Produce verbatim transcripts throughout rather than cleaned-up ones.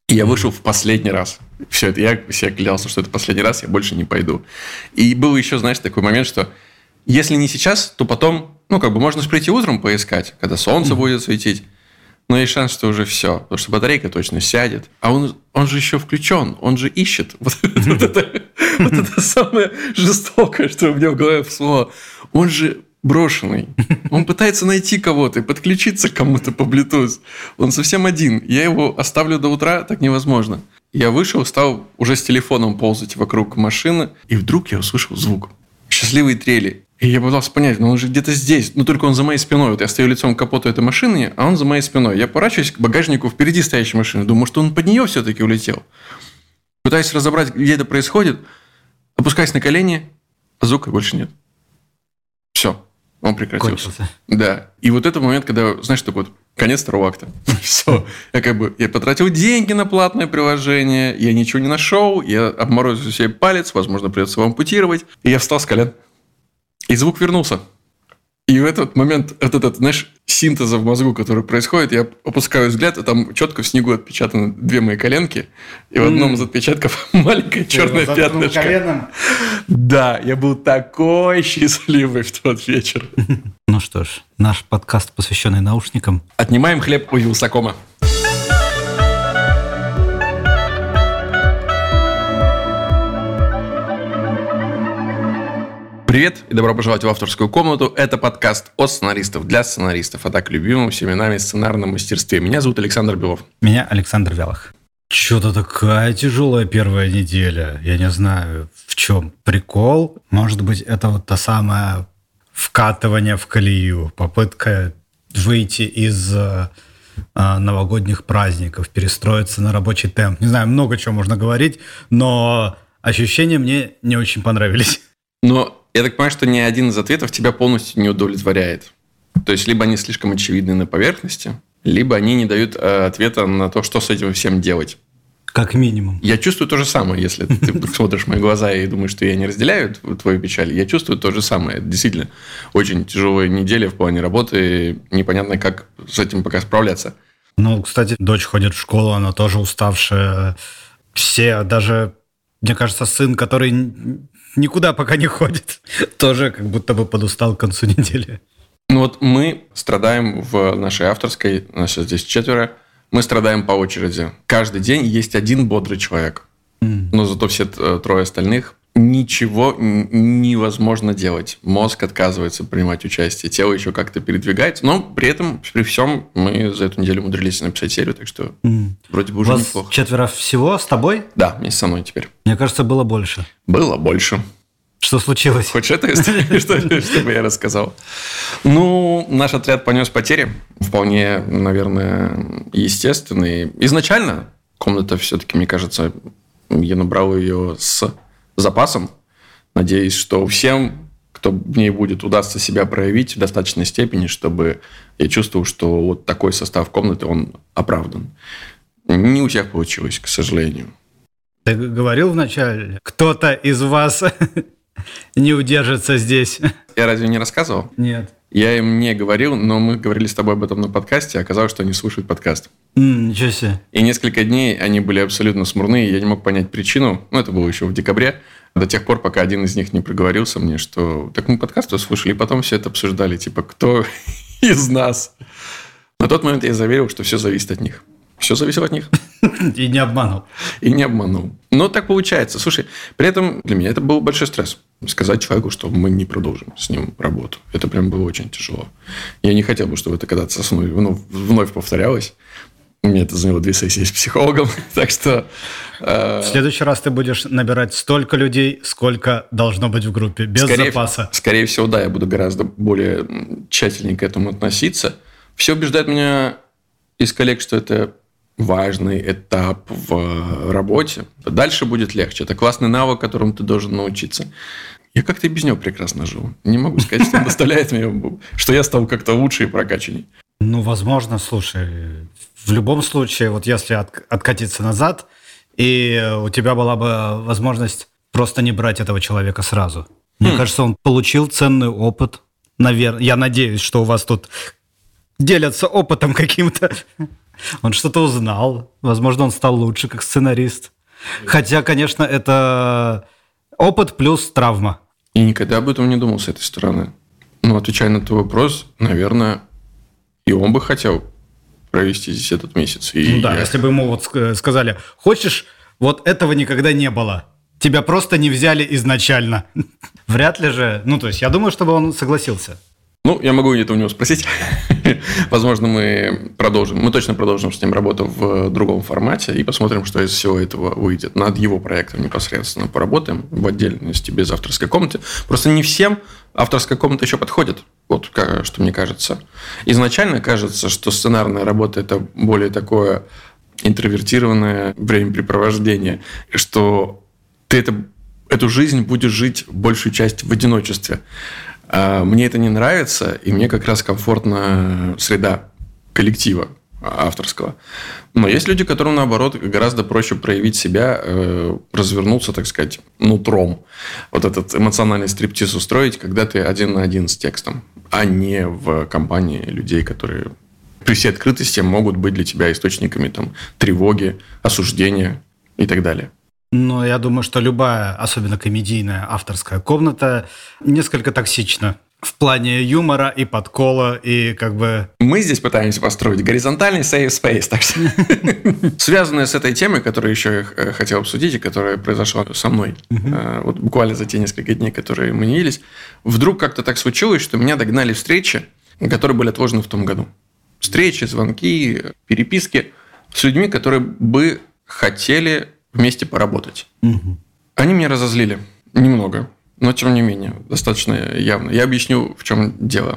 И я вышел в последний раз. Все это, я себе клялся, что это последний раз, я больше не пойду. И был еще, знаешь, такой момент, что если не сейчас, то потом, ну, как бы можно же прийти утром поискать, когда солнце mm-hmm. будет светить. Но есть шанс, что уже все, потому что батарейка точно сядет. А он, он же еще включен, он же ищет. Вот, mm-hmm. вот, это, вот это самое жестокое, что у меня в голове всплыло. Он же брошенный. Он пытается найти кого-то и подключиться к кому-то по Bluetooth. Он совсем один. Я его оставлю до утра, так невозможно. Я вышел, стал уже с телефоном ползать вокруг машины, и вдруг я услышал звук. Счастливые трели. И я пытался понять, ну он же где-то здесь, но только он за моей спиной. Вот я стою лицом к капоту этой машины, а он за моей спиной. Я поворачиваюсь к багажнику впереди стоящей машины. Думаю, может, он под нее все-таки улетел. Пытаюсь разобрать, где это происходит. Опускаюсь на колени, а звука больше нет. Все, он прекратился. Кончился. Да. И вот это момент, когда, знаешь, такой вот конец второго акта. Все. Я как бы я потратил деньги на платное приложение, я ничего не нашел, я обморозил себе палец, возможно, придется его ампутировать. И я встал с колен. И звук вернулся. И в этот момент, вот этот, знаешь, синтеза в мозгу, который происходит, я опускаю взгляд, и там четко в снегу отпечатаны две мои коленки, и в одном из отпечатков маленькое черное пятнышко. Коленом. Да, я был такой счастливый в тот вечер. Ну что ж, наш подкаст, посвященный наушникам. Отнимаем хлеб у Вилсакома. Привет и добро пожаловать в авторскую комнату. Это подкаст от сценаристов для сценаристов, а так любимым всеми нами сценарном мастерстве. Меня зовут Александр Белов. Меня Александр Вялых. Что-то такая тяжелая первая неделя. Я не знаю, в чем прикол. Может быть, это вот та самая вкатывание в колею, попытка выйти из э, новогодних праздников, перестроиться на рабочий темп. Не знаю, много чего можно говорить, но ощущения мне не очень понравились. Но я так понимаю, что ни один из ответов тебя полностью не удовлетворяет. То есть, либо они слишком очевидны на поверхности, либо они не дают э, ответа на то, что с этим всем делать. Как минимум. Я чувствую то же самое, если ты смотришь в мои глаза и думаешь, что я не разделяю твою печаль. Я чувствую то же самое. Это действительно очень тяжелая неделя в плане работы. Непонятно, как с этим пока справляться. Ну, кстати, дочь ходит в школу, она тоже уставшая. Все, даже, мне кажется, сын, который никуда пока не ходит, тоже как будто бы подустал к концу недели. Ну вот мы страдаем в нашей авторской, у нас здесь четверо, мы страдаем по очереди. Каждый день есть один бодрый человек. Mm. Но зато все трое остальных ничего невозможно делать. Мозг отказывается принимать участие, тело еще как-то передвигается, но при этом, при всем, мы за эту неделю умудрились написать серию, так что mm. вроде бы уже Вас неплохо. Четверо всего с тобой? Да, вместе со мной теперь. Мне кажется, было больше. Было больше. Что случилось? Хочешь эту историю, чтобы я рассказал? Ну, наш отряд понес потери. Вполне, наверное, естественные. Изначально комната все-таки, мне кажется, я набрал ее с запасом. Надеюсь, что всем, кто в ней будет, удастся себя проявить в достаточной степени, чтобы я чувствовал, что вот такой состав комнаты, он оправдан. Не у всех получилось, к сожалению. Ты говорил вначале, кто-то из вас не удержится здесь. Я разве не рассказывал? Нет. Я им не говорил, но мы говорили с тобой об этом на подкасте, а оказалось, что они слушают подкаст. Mm, ничего себе. И несколько дней они были абсолютно смурные, я не мог понять причину. Ну, это было еще в декабре, до тех пор, пока один из них не проговорился мне, что так мы подкаст слушали, и потом все это обсуждали, типа, кто из нас. На тот момент я заверил, что все зависит от них. Все зависело от них. И не обманул. И не обманул. Но так получается. Слушай, при этом для меня это был большой стресс. Сказать человеку, что мы не продолжим с ним работу. Это прям было очень тяжело. Я не хотел бы, чтобы это когда-то со мной вновь, вновь повторялось. У меня это заняло две сессии с психологом. Так что... Э... В следующий раз ты будешь набирать столько людей, сколько должно быть в группе, без скорее, запаса. Скорее всего, да. Я буду гораздо более тщательнее к этому относиться. Все убеждает меня из коллег, что это важный этап в работе. Дальше будет легче. Это классный навык, которому ты должен научиться. Я как-то и без него прекрасно жил. Не могу сказать, что он доставляет мне, что я стал как-то лучше и прокачанней. Ну, возможно, слушай, в любом случае, вот если от, откатиться назад, и у тебя была бы возможность просто не брать этого человека сразу. Мне хм. кажется, он получил ценный опыт. Наверное, я надеюсь, что у вас тут делятся опытом каким-то. Он что-то узнал. Возможно, он стал лучше как сценарист. Хотя, конечно, это опыт плюс травма. И никогда об этом не думал с этой стороны. Но, отвечая на твой вопрос, наверное, и он бы хотел провести здесь этот месяц. И ну да, я... если бы ему вот сказали, хочешь, вот этого никогда не было. Тебя просто не взяли изначально. Вряд ли же. Ну, то есть, я думаю, чтобы он согласился. Ну, я могу это у него спросить. Возможно, мы продолжим. Мы точно продолжим с ним работу в другом формате и посмотрим, что из всего этого выйдет. Над его проектом непосредственно поработаем в отдельности без авторской комнаты. Просто не всем авторская комната еще подходит. Вот что мне кажется. Изначально кажется, что сценарная работа – это более такое интровертированное времяпрепровождение, что ты это, эту жизнь будешь жить большую часть в одиночестве. Мне это не нравится, и мне как раз комфортна среда коллектива авторского. Но есть люди, которым, наоборот, гораздо проще проявить себя, развернуться, так сказать, нутром. Вот этот эмоциональный стриптиз устроить, когда ты один на один с текстом, а не в компании людей, которые при всей открытости могут быть для тебя источниками там, тревоги, осуждения и так далее. Но я думаю, что любая, особенно комедийная авторская комната, несколько токсична в плане юмора и подкола, и как бы... Мы здесь пытаемся построить горизонтальный safe space, так что... Связанная с этой темой, которую еще я хотел обсудить, и которая произошла со мной, вот буквально за те несколько дней, которые мы не виделись, вдруг как-то так случилось, что меня догнали встречи, которые были отложены в том году. Встречи, звонки, переписки с людьми, которые бы хотели... вместе поработать. Угу. Они меня разозлили. Немного. Но, тем не менее, достаточно явно. Я объясню, в чем дело.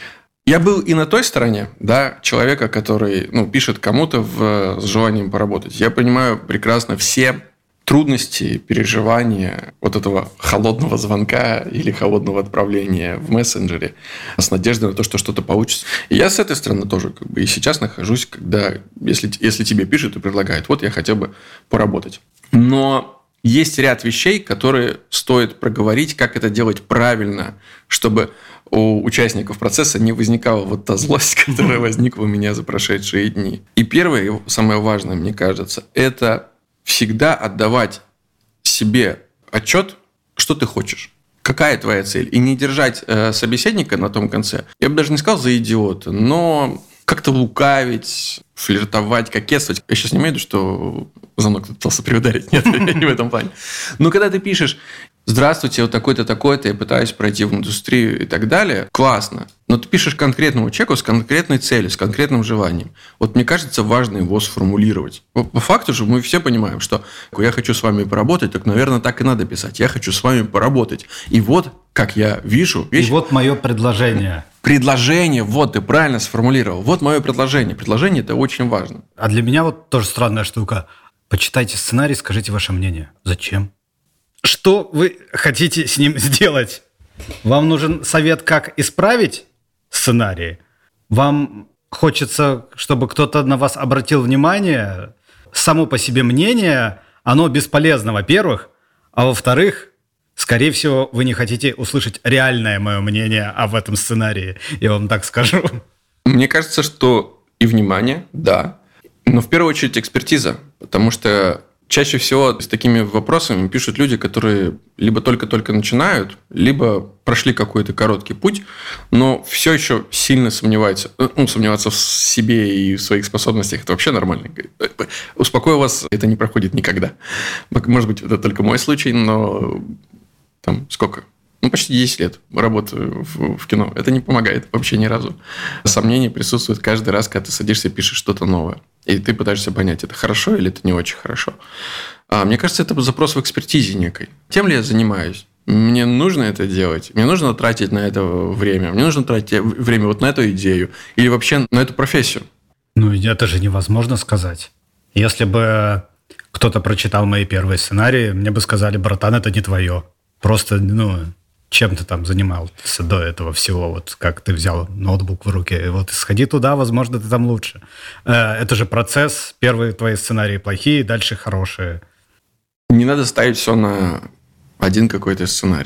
Я был и на той стороне, да, человека, который ну, пишет кому-то в, с желанием поработать. Я понимаю прекрасно все трудности, переживания вот этого холодного звонка или холодного отправления в мессенджере с надеждой на то, что что-то получится. И я с этой стороны тоже как бы и сейчас нахожусь, когда, если, если тебе пишут и предлагают, вот я хотел бы поработать. Но есть ряд вещей, которые стоит проговорить, как это делать правильно, чтобы у участников процесса не возникала вот та злость, которая возникла у меня за прошедшие дни. И первое, и самое важное, мне кажется, это всегда отдавать себе отчет, что ты хочешь. Какая твоя цель? И не держать э, собеседника на том конце. Я бы даже не сказал за идиота, но как-то лукавить, флиртовать, кокетствовать. Я сейчас не имею в виду, что звонок кто-то пытался приударить. Нет, не в этом плане. Но когда ты пишешь «Здравствуйте, вот такой-то, такой-то, я пытаюсь пройти в индустрию» и так далее, классно. Но ты пишешь конкретному человеку с конкретной целью, с конкретным желанием. Вот мне кажется, важно его сформулировать. По, по факту же мы все понимаем, что я хочу с вами поработать, так, наверное, так и надо писать. Я хочу с вами поработать. И вот, как я вижу... Вещь, и вот мое предложение. Предложение, вот ты правильно сформулировал. Вот мое предложение. Предложение – это очень важно. А для меня вот тоже странная штука. Почитайте сценарий, скажите ваше мнение. Зачем? Что вы хотите с ним сделать? Вам нужен совет, как исправить сценарий? Вам хочется, чтобы кто-то на вас обратил внимание? Само по себе мнение, оно бесполезно, во-первых. А во-вторых, скорее всего, вы не хотите услышать реальное мое мнение об этом сценарии. Я вам так скажу. Мне кажется, что и внимание, да. Но в первую очередь экспертиза. Потому что чаще всего с такими вопросами пишут люди, которые либо только-только начинают, либо прошли какой-то короткий путь, но все еще сильно сомневаются. Ну, сомневаться в себе и в своих способностях – это вообще нормально. Успокою вас, это не проходит никогда. Может быть, это только мой случай, но там сколько? Ну, почти десять лет работаю в, в кино. Это не помогает вообще ни разу. Сомнения присутствуют каждый раз, когда ты садишься и пишешь что-то новое. И ты пытаешься понять, это хорошо или это не очень хорошо. А мне кажется, это запрос в экспертизе некой. Тем ли я занимаюсь? Мне нужно это делать? Мне нужно тратить на это время? Мне нужно тратить время вот на эту идею? Или вообще на эту профессию? Ну, это же невозможно сказать. Если бы кто-то прочитал мои первые сценарии, мне бы сказали, братан, это не твое. Просто, ну... чем ты там занимался до этого всего, вот как ты взял ноутбук в руки, и вот сходи туда, возможно, ты там лучше. Это же процесс, первые твои сценарии плохие, дальше хорошие. Не надо ставить все на один какой-то сценарий.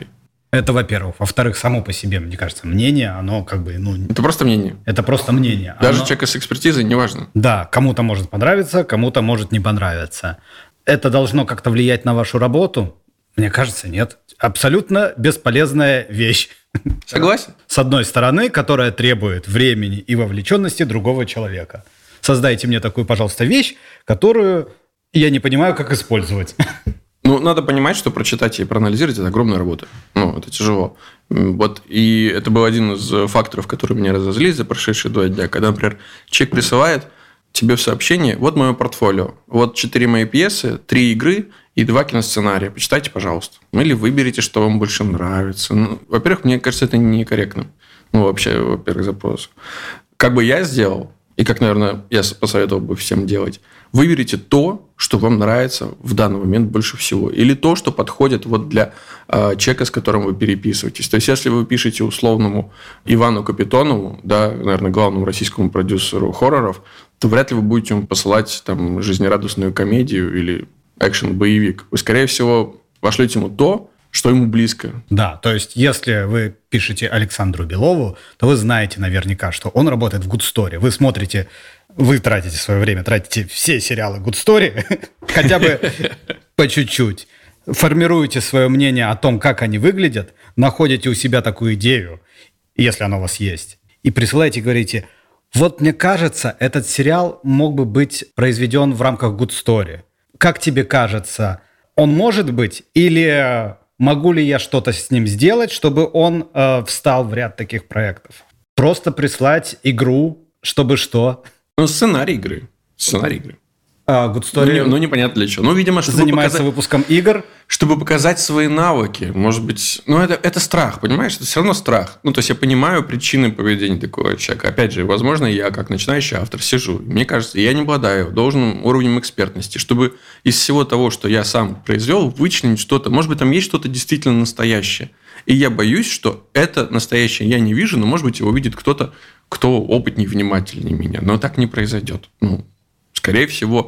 Это, во-первых. Во-вторых, само по себе, мне кажется, мнение, оно как бы... ну Это просто мнение. Это просто мнение. Даже оно... человек с экспертизой, неважно. Да, кому-то может понравиться, кому-то может не понравиться. Это должно как-то влиять на вашу работу? Мне кажется, нет. Абсолютно бесполезная вещь. Согласен. С одной стороны, которая требует времени и вовлеченности другого человека. Создайте мне такую, пожалуйста, вещь, которую я не понимаю, как использовать. Ну, надо понимать, что прочитать и проанализировать – это огромная работа. Ну, это тяжело. Вот, и это был один из факторов, которые меня разозлили за прошедшие два дня, когда, например, человек присылает тебе в сообщении: вот мое портфолио, вот четыре мои пьесы, три игры и два киносценария. Почитайте, пожалуйста. Или выберите, что вам больше нравится. Ну, во-первых, мне кажется, это некорректно. Ну, вообще, во-первых, запрос. Как бы я сделал, и как, наверное, я посоветовал бы всем делать: выберите то, что вам нравится в данный момент больше всего. Или то, что подходит вот для э, человека, с которым вы переписываетесь. То есть, если вы пишете условному Ивану Капитонову, да, наверное, главному российскому продюсеру хорроров, то вряд ли вы будете ему посылать там жизнерадостную комедию или экшен-боевик. Вы, скорее всего, пошлете ему то, что ему близко. Да, то есть, если вы пишете Александру Белову, то вы знаете наверняка, что он работает в Good Story. Вы смотрите, вы тратите свое время, тратите все сериалы Good Story, хотя бы по чуть-чуть. Формируете свое мнение о том, как они выглядят, находите у себя такую идею, если она у вас есть, и присылаете и говорите: вот мне кажется, этот сериал мог бы быть произведен в рамках Good Story. Как тебе кажется, он может быть, или могу ли я что-то с ним сделать, чтобы он э, встал в ряд таких проектов? Просто прислать игру, чтобы что? Ну, сценарий игры. Сценарий игры. А, Good Story... Ну, не, ну, непонятно для чего. Ну, видимо, чтобы занимается показать, выпуском игр. Чтобы показать свои навыки. Может быть... Ну, это, это страх, понимаешь? Это все равно страх. Ну, то есть, я понимаю причины поведения такого человека. Опять же, возможно, я, как начинающий автор, сижу. Мне кажется, я не обладаю должным уровнем экспертности, чтобы из всего того, что я сам произвел, вычленить что-то. Может быть, там есть что-то действительно настоящее. И я боюсь, что это настоящее я не вижу, но, может быть, его видит кто-то, кто опытнее, внимательнее меня. Но так не произойдет. Ну, скорее всего...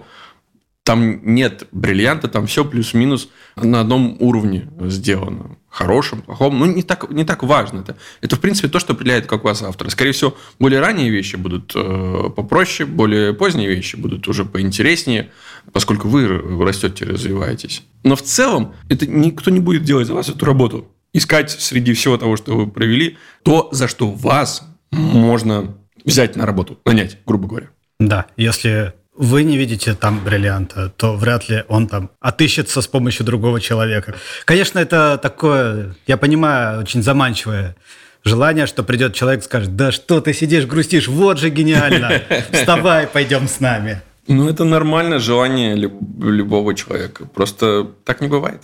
Там нет бриллианта, там все плюс-минус на одном уровне сделано. Хорошем, плохом. Ну, не так, не так важно. Это, это, в принципе, то, что определяет как вас автора. Скорее всего, более ранние вещи будут э, попроще, более поздние вещи будут уже поинтереснее, поскольку вы растете, развиваетесь. Но в целом, это никто не будет делать за вас эту работу. Искать среди всего того, что вы провели, то, за что вас можно взять на работу, нанять, грубо говоря. Да, если... вы не видите там бриллианта, то вряд ли он там отыщется с помощью другого человека. Конечно, это такое, я понимаю, очень заманчивое желание, что придет человек и скажет: да что ты сидишь, грустишь, вот же гениально, вставай, пойдем с нами. Ну, это нормальное желание любого человека, просто так не бывает.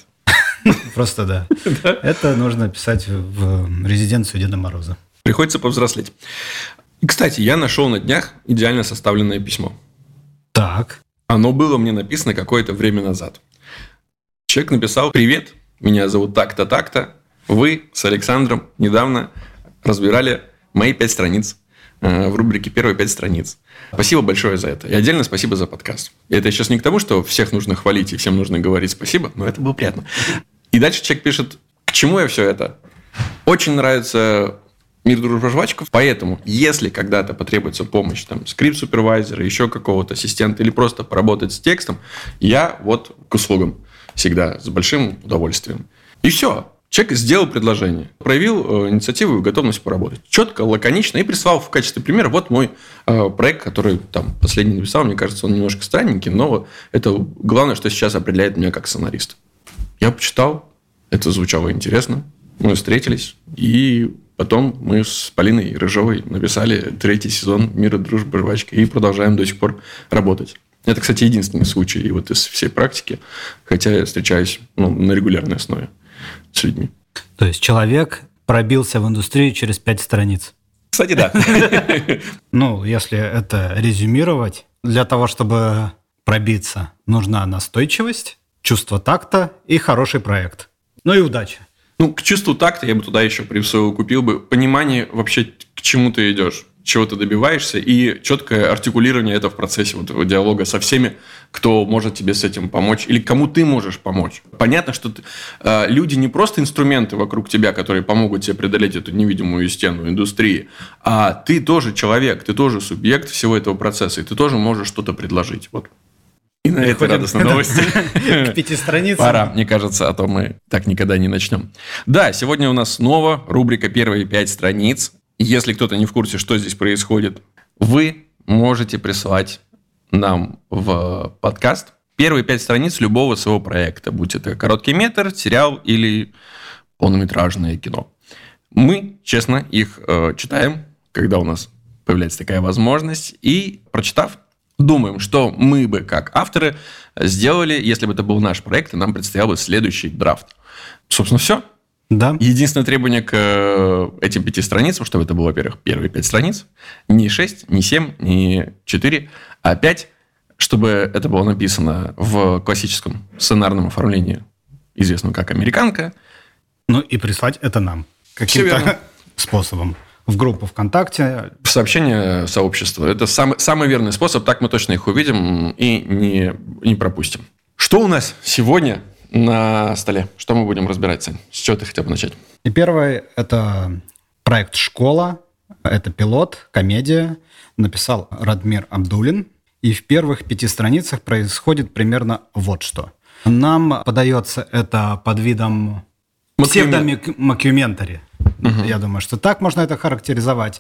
Просто да. Это нужно писать в резиденцию Деда Мороза. Приходится повзрослеть. И, кстати, я нашел на днях идеально составленное письмо. Так. Оно было мне написано какое-то время назад. Человек написал: привет, меня зовут так-то, так-то. Вы с Александром недавно разбирали мои пять страниц в рубрике «Первые пять страниц». Спасибо большое за это. И отдельно спасибо за подкаст. И это сейчас не к тому, что всех нужно хвалить и всем нужно говорить спасибо, но это было приятно. И дальше человек пишет: к чему я все это? Очень нравится... Мир, дружба, жвачка. Поэтому, если когда-то потребуется помощь, там, скрипт-супервайзера, еще какого-то ассистента или просто поработать с текстом, я вот к услугам всегда с большим удовольствием. И все. Человек сделал предложение, проявил э, инициативу и готовность поработать. Четко, лаконично, и прислал в качестве примера вот мой э, проект, который там последний написал. Мне кажется, он немножко странненький, но это главное, что сейчас определяет меня как сценариста. Я почитал, это звучало интересно, мы встретились, и... Потом мы с Полиной Рыжовой написали третий сезон «Мира, дружба, жвачка» и продолжаем до сих пор работать. Это, кстати, единственный случай вот из всей практики, хотя я встречаюсь ну, на регулярной основе с людьми. То есть человек пробился в индустрию через пять страниц? Кстати, да. Ну, если это резюмировать, для того, чтобы пробиться, нужна настойчивость, чувство такта и хороший проект. Ну и удача. Ну, к чувству такта я бы туда еще присовокупил бы понимание вообще, к чему ты идешь. чего ты добиваешься, и четкое артикулирование этого в процессе вот, диалога со всеми, кто может тебе с этим помочь, или кому ты можешь помочь. Понятно, что ты, э, люди не просто инструменты вокруг тебя, которые помогут тебе преодолеть эту невидимую стену индустрии, а ты тоже человек, ты тоже субъект всего этого процесса, и ты тоже можешь что-то предложить. Вот. И на этой радостной новости к пяти страницам. Пора, мне кажется, а то мы так никогда не начнем. Да, сегодня у нас снова рубрика «Первые пять страниц». Если кто-то не в курсе, что здесь происходит, вы можете присылать нам в подкаст первые пять страниц любого своего проекта, будь это короткий метр, сериал или полнометражное кино. Мы, честно, их э, читаем, когда у нас появляется такая возможность, и, прочитав, думаем, что мы бы, как авторы, сделали, если бы это был наш проект, и нам предстоял бы следующий драфт. Собственно, все. Да. Единственное требование к этим пяти страницам, чтобы это было, во-первых, первые пять страниц, не шесть, не семь, не четыре, а пять, чтобы это было написано в классическом сценарном оформлении, известном как «Американка». Ну и прислать это нам каким-то способом. В группу ВКонтакте. В сообщение сообщества. Это самый, самый верный способ, так мы точно их увидим и не, не пропустим. Что у нас сегодня на столе? Что мы будем разбирать, Сань? С чего ты хотел бы начать? И первый – это проект «Школа». Это пилот, комедия. Написал Радмир Абдулин. И в первых пяти страницах происходит примерно вот что. Нам подается это под видом псевдомокюментари. Угу. Я думаю, что так можно это характеризовать.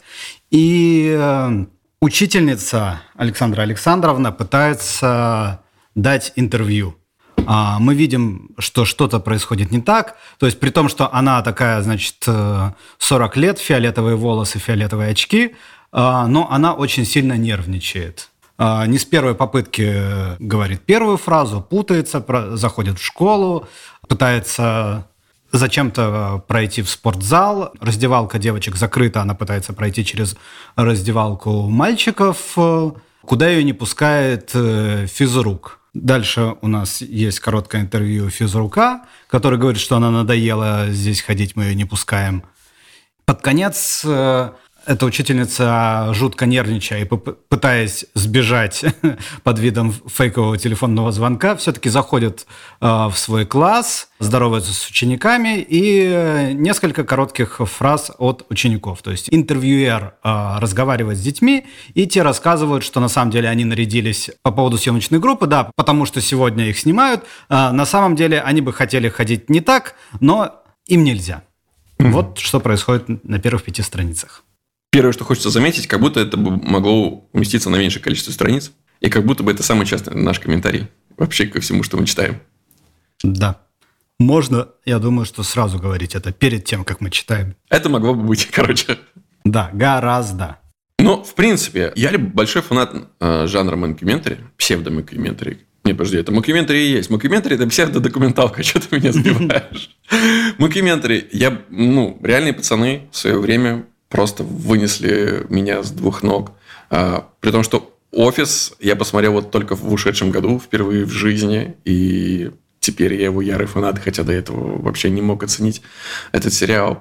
И э, учительница Александра Александровна пытается дать интервью. А мы видим, что что-то происходит не так. То есть при том, что она такая, значит, сорок лет, фиолетовые волосы, фиолетовые очки, э, но она очень сильно нервничает. Э, не с первой попытки говорит первую фразу, путается, про, заходит в школу, пытается зачем-то пройти в спортзал. Раздевалка девочек закрыта, она пытается пройти через раздевалку мальчиков, куда ее не пускает физрук. Дальше у нас есть короткое интервью физрука, который говорит, что она надоела здесь ходить, мы ее не пускаем. Под конец эта учительница, жутко нервничая и пытаясь сбежать под видом фейкового телефонного звонка, все-таки заходит в свой класс, здоровается с учениками и несколько коротких фраз от учеников. То есть интервьюер разговаривает с детьми, и те рассказывают, что на самом деле они нарядились по поводу съемочной группы, да, потому что сегодня их снимают. На самом деле они бы хотели ходить не так, но им нельзя. Mm-hmm. Вот что происходит на первых пяти страницах. Первое, что хочется заметить, как будто это могло уместиться на меньшее количество страниц, и как будто бы это самый частый наш комментарий вообще ко всему, что мы читаем. Да. Можно, я думаю, что сразу говорить это перед тем, как мы читаем. Это могло бы быть, короче. Да, гораздо. Но, в принципе, я большой фанат э, жанра мокюментари, псевдомокюментари. Не, подожди, это мокюментари и есть. Мокюментари – это псевдодокументалка, что ты меня сбиваешь. Мокюментари. Я, ну, реальные пацаны в свое время просто вынесли меня с двух ног. А, при том, что «Офис» я посмотрел вот только в ушедшем году, впервые в жизни, и теперь я его ярый фанат, хотя до этого вообще не мог оценить этот сериал.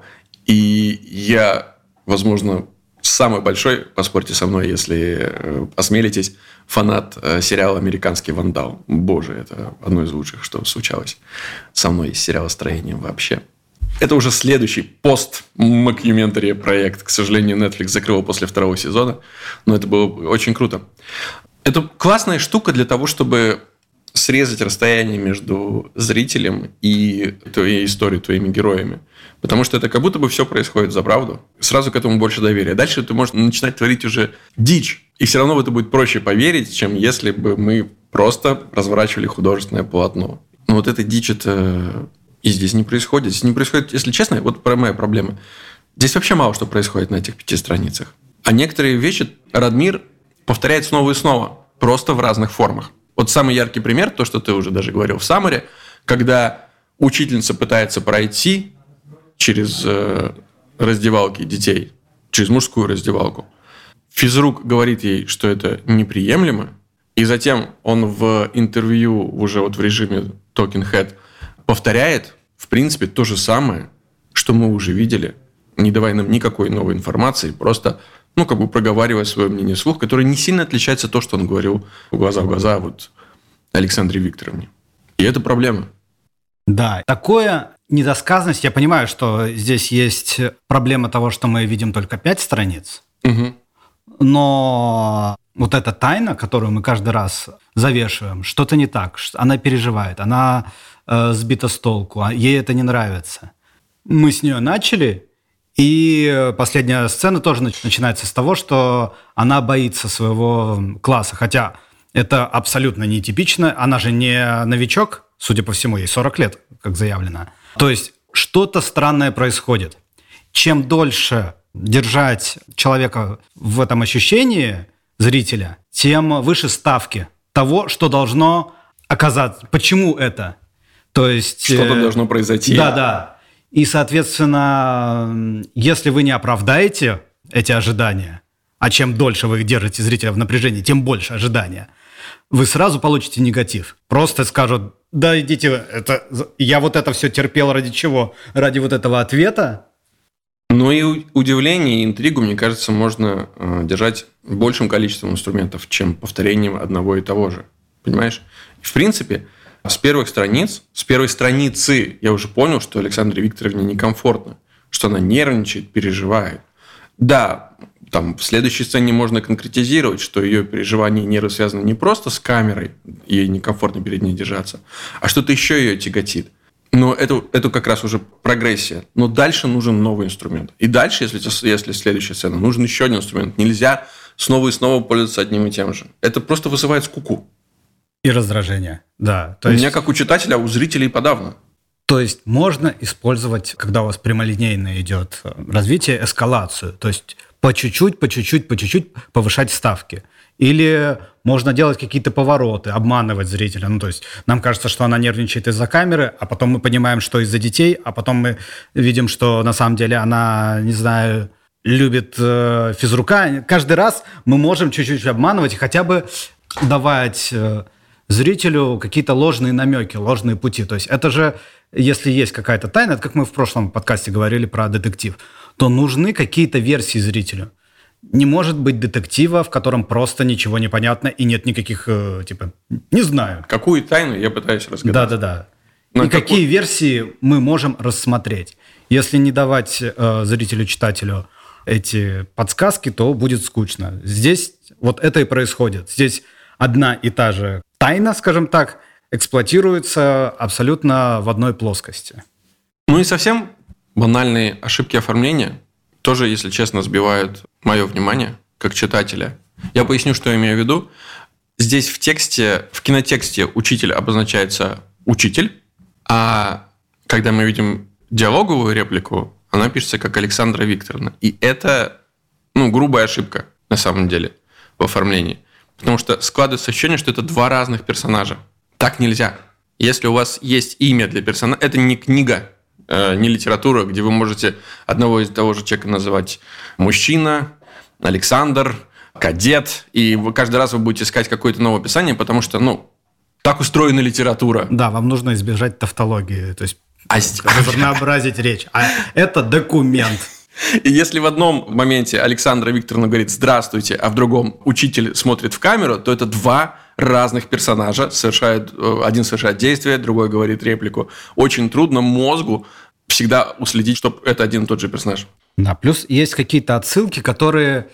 И я, возможно, самый большой, поспорьте со мной, если осмелитесь, фанат сериала «Американский вандал». Боже, это одно из лучших, что случалось со мной с сериалостроением вообще. Это уже следующий пост-мокюментари проект. К сожалению, Netflix закрыл после второго сезона, но это было очень круто. Это классная штука для того, чтобы срезать расстояние между зрителем и твоей историей, твоими героями. Потому что это как будто бы все происходит за правду. Сразу к этому больше доверия. Дальше ты можешь начинать творить уже дичь. И все равно в это будет проще поверить, чем если бы мы просто разворачивали художественное полотно. Но вот эта дичь, это... И здесь не происходит. Здесь не происходит, если честно, вот про моя проблема. Здесь вообще мало что происходит на этих пяти страницах. А некоторые вещи Радмир повторяет снова и снова, просто в разных формах. Вот самый яркий пример, то, что ты уже даже говорил в саммари, когда учительница пытается пройти через э, раздевалки детей, через мужскую раздевалку. Физрук говорит ей, что это неприемлемо, и затем он в интервью уже вот в режиме Talking Head повторяет, в принципе, то же самое, что мы уже видели, не давая нам никакой новой информации, просто ну, как бы проговаривая свое мнение вслух, которое не сильно отличается от того, что он говорил глаза в глаза вот Александре Викторовне. И это проблема. Да, такое недосказанность. Я понимаю, что здесь есть проблема того, что мы видим только пять страниц, угу. но вот эта тайна, которую мы каждый раз завешиваем, что-то не так, она переживает, она э, сбита с толку, ей это не нравится. Мы с нее начали, и последняя сцена тоже начинается с того, что она боится своего класса, хотя это абсолютно нетипично, она же не новичок, судя по всему, ей сорок лет, как заявлено. То есть что-то странное происходит. Чем дольше держать человека в этом ощущении, зрителя, тем выше ставки того, что должно оказаться. Почему это? То есть... Что-то э, должно произойти. Да, да. И, соответственно, если вы не оправдаете эти ожидания, а чем дольше вы держите зрителя в напряжении, тем больше ожидания, вы сразу получите негатив. Просто скажут, да идите, это, я вот это все терпел ради чего? Ради вот этого ответа? Ну и удивление, и интригу, мне кажется, можно э, держать большим количеством инструментов, чем повторением одного и того же. Понимаешь? И, в принципе, с первых страниц, с первой страницы я уже понял, что Александре Викторовне некомфортно, что она нервничает, переживает. Да, там в следующей сцене можно конкретизировать, что ее переживания и нервы связаны не просто с камерой, ей некомфортно перед ней держаться, а что-то еще ее тяготит. Но это, это как раз уже прогрессия. Но дальше нужен новый инструмент. И дальше, если, если следующая сцена, нужен еще один инструмент. Нельзя снова и снова пользоваться одним и тем же. Это просто вызывает скуку. И раздражение, да. То у есть... меня как у читателя, а у зрителей подавно. То есть можно использовать, когда у вас прямолинейно идет развитие, эскалацию. То есть по чуть-чуть, по чуть-чуть, по чуть-чуть повышать ставки. Или можно делать какие-то повороты, обманывать зрителя. Ну, то есть нам кажется, что она нервничает из-за камеры, а потом мы понимаем, что из-за детей, а потом мы видим, что на самом деле она, не знаю, любит э, физрука. Каждый раз мы можем чуть-чуть обманывать и хотя бы давать э, зрителю какие-то ложные намеки, ложные пути. То есть это же, если есть какая-то тайна, это как мы в прошлом подкасте говорили про детектив, то нужны какие-то версии зрителю. Не может быть детектива, в котором просто ничего не понятно и нет никаких, э, типа, не знаю. Какую тайну я пытаюсь разгадать. Да-да-да. Но и какой... какие версии мы можем рассмотреть. Если не давать э, зрителю, читателю эти подсказки, то будет скучно. Здесь вот это и происходит. Здесь одна и та же тайна, скажем так, эксплуатируется абсолютно в одной плоскости. Ну и совсем банальные ошибки оформления тоже, если честно, сбивают мое внимание как читателя. Я поясню, что я имею в виду. Здесь в тексте, в кинотексте учитель обозначается учитель, а когда мы видим диалоговую реплику, она пишется как Александра Викторовна. И это, ну, грубая ошибка на самом деле в оформлении. Потому что складывается ощущение, что это два разных персонажа. Так нельзя. Если у вас есть имя для персонажа, это не книга, не литература, где вы можете одного и того же человека называть мужчина, Александр, кадет, и вы каждый раз вы будете искать какое-то новое описание, потому что, ну, так устроена литература. Да, вам нужно избежать тавтологии, то есть а разнообразить речь. А это документ. И если в одном моменте Александра Викторовна говорит «здравствуйте», а в другом учитель смотрит в камеру, то это два разных персонажа. Совершает, один совершает действие, другой говорит реплику. Очень трудно мозгу всегда уследить, чтобы это один и тот же персонаж. Да, плюс есть какие-то отсылки, которые,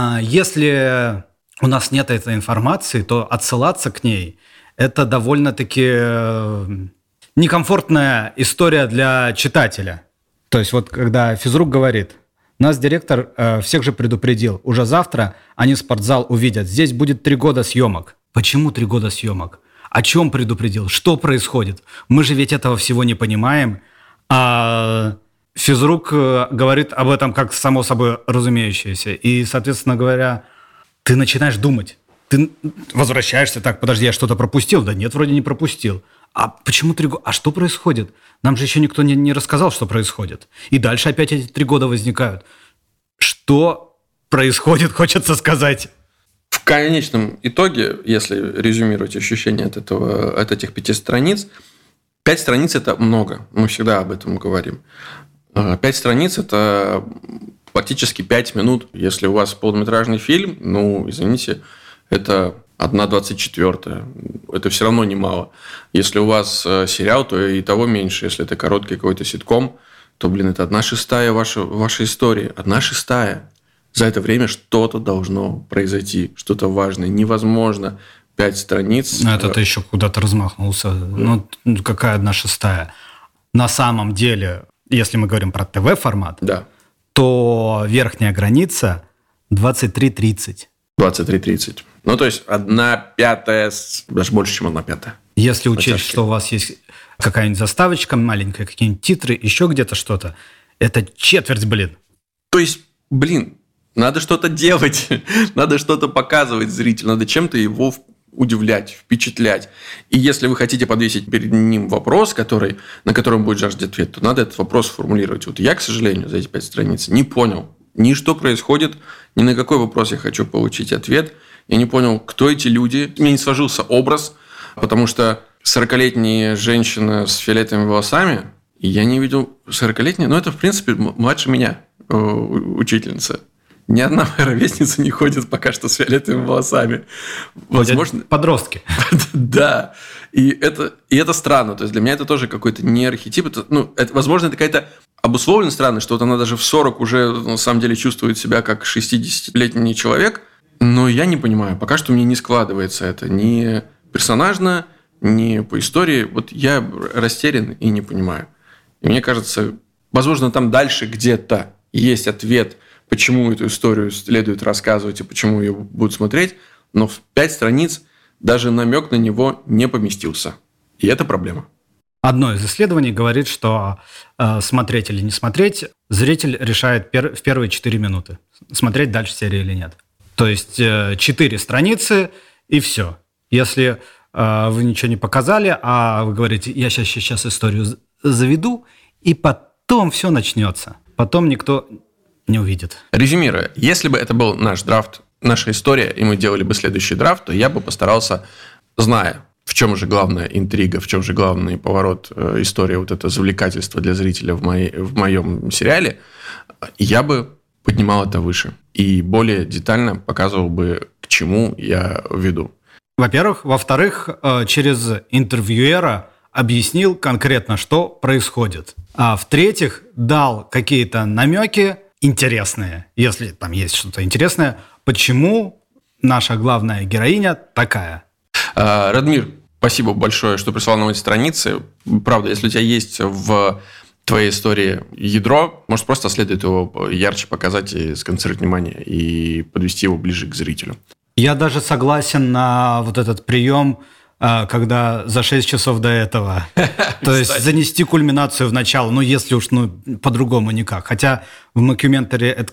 если у нас нет этой информации, то отсылаться к ней – это довольно-таки некомфортная история для читателя. То есть вот когда физрук говорит, нас директор э, всех же предупредил, уже завтра они спортзал увидят, здесь будет три года съемок. Почему три года съемок? О чем предупредил? Что происходит? Мы же ведь этого всего не понимаем. А физрук э, говорит об этом как само собой разумеющееся. И, соответственно говоря, ты начинаешь думать. Ты возвращаешься, так, подожди, я что-то пропустил? Да нет, вроде не пропустил. А почему три года? А что происходит? Нам же еще никто не, не рассказал, что происходит. И дальше опять эти три года возникают. Что происходит, хочется сказать. В конечном итоге, если резюмировать ощущения от, этого, от этих пяти страниц, пять страниц – это много. Мы всегда об этом говорим. Пять страниц – это фактически пять минут. Если у вас полнометражный фильм, ну, извините, это одна двадцать четвёртая. Это все равно немало. Если у вас сериал, то и того меньше. Если это короткий какой-то ситком, то, блин, это одна шестая ваша, вашей истории. Одна шестая. За это время что-то должно произойти, что-то важное. Невозможно пять страниц. Ну, это ты еще куда-то размахнулся. Ну, какая одна шестая? На самом деле, если мы говорим про ТВ-формат, да. то верхняя граница двадцать три тридцать. двадцать три тридцать. Ну, то есть, одна пятая, даже больше, чем одна пятая. Если учесть, Натяжки. Что у вас есть какая-нибудь заставочка маленькая, какие-нибудь титры, еще где-то что-то, это четверть, блин. То есть, блин, надо что-то делать, надо что-то показывать зрителю, надо чем-то его удивлять, впечатлять. И если вы хотите подвесить перед ним вопрос, который, на который он будет жаждать ответ, то надо этот вопрос формулировать. Вот я, к сожалению, за эти пять страниц не понял ни что происходит, ни на какой вопрос я хочу получить ответ. Я не понял, кто эти люди. Мне не сложился образ, потому что сорокалетняя женщина с фиолетовыми волосами, и я не видел сорокалетней, но это, в принципе, младше меня, учительница. Ни одна моя ровесница не ходит пока что с фиолетовыми волосами. Возможно, подростки. Да. И это, и это странно. То есть, для меня это тоже какой-то не архетип. Это, ну, это, возможно, это какая-то обусловлена странность, что вот она даже в сорок уже на самом деле чувствует себя как шестидесятилетний человек. Но я не понимаю. Пока что мне не складывается это ни персонажно, ни по истории. Вот я растерян и не понимаю. И мне кажется, возможно, там дальше где-то есть ответ, почему эту историю следует рассказывать и почему ее будут смотреть, но в пять страниц даже намек на него не поместился. И это проблема. Одно из исследований говорит, что э, смотреть или не смотреть, зритель решает пер- в первые четыре минуты, смотреть дальше серию или нет. То есть четыре э, страницы и все. Если э, вы ничего не показали, а вы говорите, я сейчас, сейчас историю заведу, и потом все начнется. Потом никто не увидит. Резюмируя, если бы это был наш драфт, наша история, и мы делали бы следующий драфт, то я бы постарался, зная, в чем же главная интрига, в чем же главный поворот э, истории, вот это завлекательство для зрителя в, моей, в моем сериале, я бы поднимал это выше и более детально показывал бы, к чему я веду. Во-первых. Во-вторых, э, через интервьюера объяснил конкретно, что происходит. А в-третьих, дал какие-то намеки интересные, если там есть что-то интересное, почему наша главная героиня такая. Радмир, спасибо большое, что прислал нам эти страницы. Правда, если у тебя есть в твоей истории ядро, может, просто следует его ярче показать и сконцентрировать внимание и подвести его ближе к зрителю. Я даже согласен на вот этот прием, когда за шесть часов до этого. То есть занести кульминацию в начало, ну, если уж ну, по-другому никак. Хотя в мокюментаре это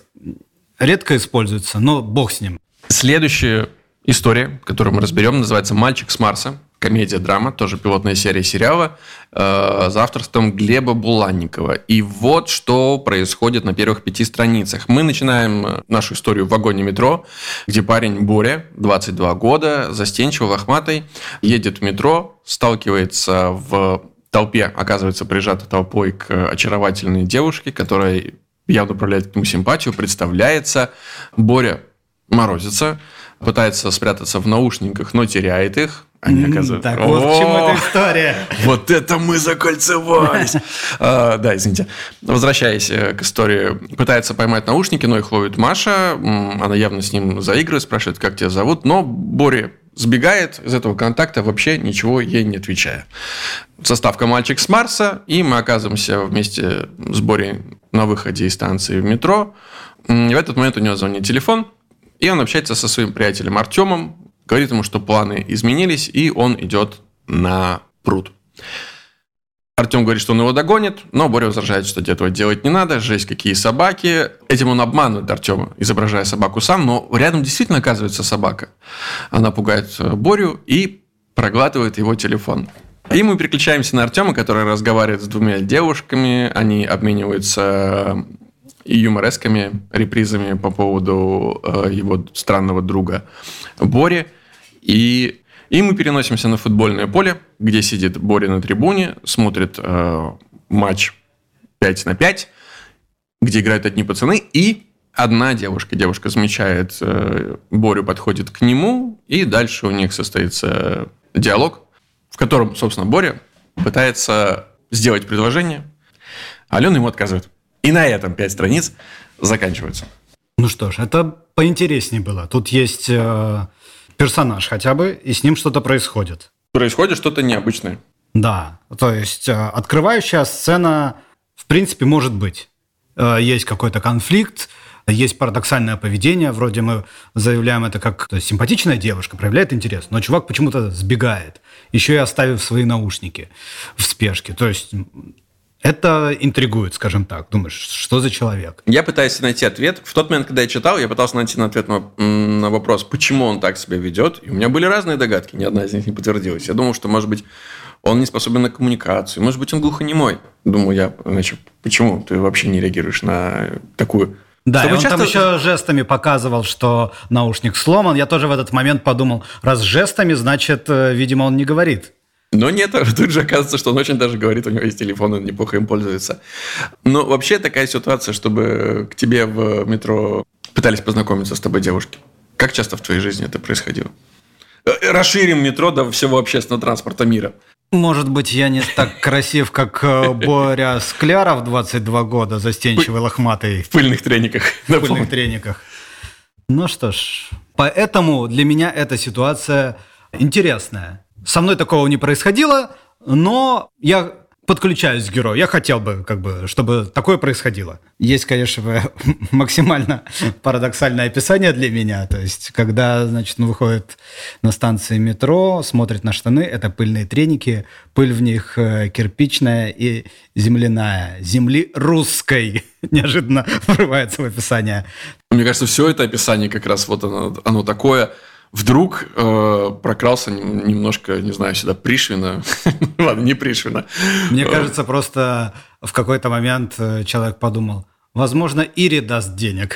редко используется, но бог с ним. Следующая история, которую мы разберем, называется «Мальчик с Марса». Комедия-драма, тоже пилотная серия сериала, э, за авторством Глеба Буланникова. И вот что происходит на первых пяти страницах. Мы начинаем нашу историю в вагоне метро, где парень Боря, двадцать два года, застенчивый, лохматый, едет в метро, сталкивается в толпе, оказывается прижатой толпой к очаровательной девушке, которая явно управляет к нему симпатию, представляется. Боря морозится, пытается спрятаться в наушниках, но теряет их. Они оказываются... Так вот к чему эта история. Вот это мы закольцевались. Да, извините. Возвращаясь к истории, пытается поймать наушники, но их ловит Маша. Она явно с ним заигрывает, спрашивает, как тебя зовут. Но Боря сбегает из этого контакта, вообще ничего ей не отвечая. Заставка «Мальчик с Марса», и мы оказываемся вместе с Борей на выходе из станции в метро. И в этот момент у него звонит телефон, и он общается со своим приятелем Артемом, говорит ему, что планы изменились, и он идет на пруд. Артем говорит, что он его догонит, но Боря возражает, что этого делать не надо, жесть, какие собаки. Этим он обманывает Артема, изображая собаку сам, но рядом действительно оказывается собака. Она пугает Борю и проглатывает его телефон. И мы переключаемся на Артема, который разговаривает с двумя девушками, они обмениваются юморесками, репризами по поводу э, его странного друга Бори. И, и мы переносимся на футбольное поле, где сидит Боря на трибуне, смотрит э, матч пять на пять, где играют одни пацаны, и одна девушка, девушка замечает э, Борю, подходит к нему, и дальше у них состоится диалог, в котором, собственно, Боря пытается сделать предложение, а Алена ему отказывает. И на этом пять страниц заканчиваются. Ну что ж, это поинтереснее было. Тут есть э, персонаж хотя бы, и с ним что-то происходит. Происходит что-то необычное. Да, то есть э, открывающая сцена, в принципе, может быть. Э, есть какой-то конфликт, есть парадоксальное поведение, вроде мы заявляем это как то есть, симпатичная девушка, проявляет интерес, но чувак почему-то сбегает, еще и оставив свои наушники в спешке. То есть это интригует, скажем так. Думаешь, что за человек? Я пытаюсь найти ответ. В тот момент, когда я читал, я пытался найти ответ на, на вопрос, почему он так себя ведет. И у меня были разные догадки, ни одна из них не подтвердилась. Я думал, что, может быть, он не способен на коммуникацию, может быть, он глухонемой. Думаю я, значит, почему ты вообще не реагируешь на такую... Да, Чтобы и он часто... там еще жестами показывал, что наушник сломан. Я тоже в этот момент подумал, раз жестами, значит, видимо, он не говорит. Но нет, тут же оказывается, что он очень даже говорит, у него есть телефон, он неплохо им пользуется. Но вообще такая ситуация, чтобы к тебе в метро пытались познакомиться с тобой девушки. Как часто в твоей жизни это происходило? Расширим метро до всего общественного транспорта мира. Может быть, я не так красив, как Боря Скляров, двадцать два года, застенчивый, лохматый. В пыльных трениках. В пыльных трениках. Ну что ж, поэтому для меня эта ситуация интересная. Со мной такого не происходило, но я подключаюсь к герою. Я хотел бы, как бы, чтобы такое происходило. Есть, конечно, максимально парадоксальное описание для меня. То есть, когда, значит, он выходит на станции метро, смотрит на штаны, это пыльные треники, пыль в них кирпичная и земляная. Земли русской неожиданно врывается в описание. Мне кажется, все это описание как раз вот оно, оно такое... Вдруг э, прокрался немножко, не знаю, сюда Пришвина. Ладно, не Пришвина. Мне кажется, просто в какой-то момент человек подумал, возможно, Ире даст денег.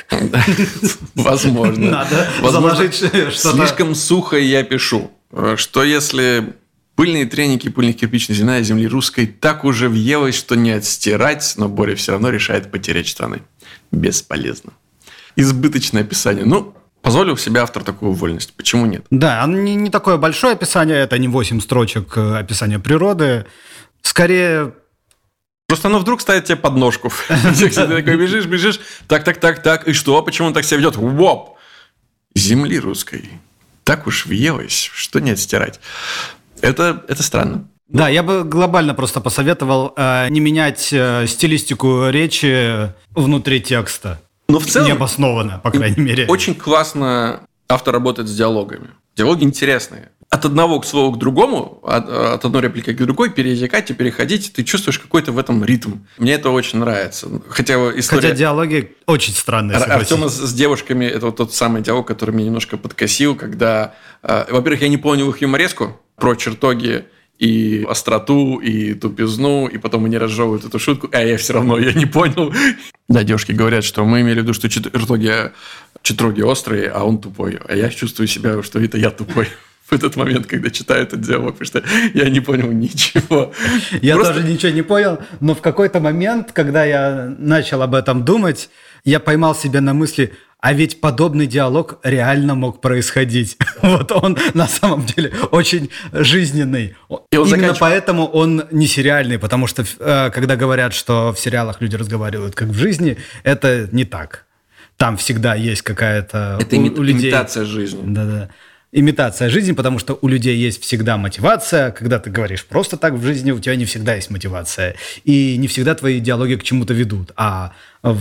Возможно. Надо заложить что-то. Слишком сухо я пишу, что если пыльные треники, пыльных кирпичной земля земли русской так уже въелось, что не отстирать, но Боря все равно решает потерять штаны. Бесполезно. Избыточное описание. Ну, позволил себе автор такую вольность. Почему нет? Да, не, не такое большое описание, это не восемь строчек описания природы. Скорее... Просто оно вдруг ставит тебе подножку. Ты такой бежишь, бежишь, так, так, так, так, и что? Почему он так себя ведет? Воп! Земли русской. Так уж въелось, что не отстирать. Это, это странно. Да, я бы глобально просто посоветовал э, не менять э, стилистику речи внутри текста. Но в целом... Необоснованно, по крайней мере. Очень классно автор работает с диалогами. Диалоги интересные. От одного к слову к другому, от, от одной реплики к другой, переезжать и переходить, ты чувствуешь какой-то в этом ритм. Мне это очень нравится. Хотя история... Хотя диалоги очень странные. Артема с, с девушками, это вот тот самый диалог, который меня немножко подкосил, когда, э, во-первых, я не понял их юмореску про чертоги, и остроту, и тупизну, и потом они разжевывают эту шутку, а я все равно я не понял. Да, девушки говорят, что мы имели в виду, что чертоги, чертоги острые, а он тупой. А я чувствую себя, что это я тупой в этот момент, когда читаю этот диалог, потому что я не понял ничего. Я Просто... тоже ничего не понял, но в какой-то момент, когда я начал об этом думать, я поймал себя на мысли... А ведь подобный диалог реально мог происходить. Вот он на самом деле очень жизненный. Именно заканчив... поэтому он не сериальный, потому что э, когда говорят, что в сериалах люди разговаривают как в жизни, это не так. Там всегда есть какая-то... Это у, имит... у людей... имитация жизни. Да-да. Имитация жизни, потому что у людей есть всегда мотивация. Когда ты говоришь просто так в жизни, у тебя не всегда есть мотивация. И не всегда твои диалоги к чему-то ведут. А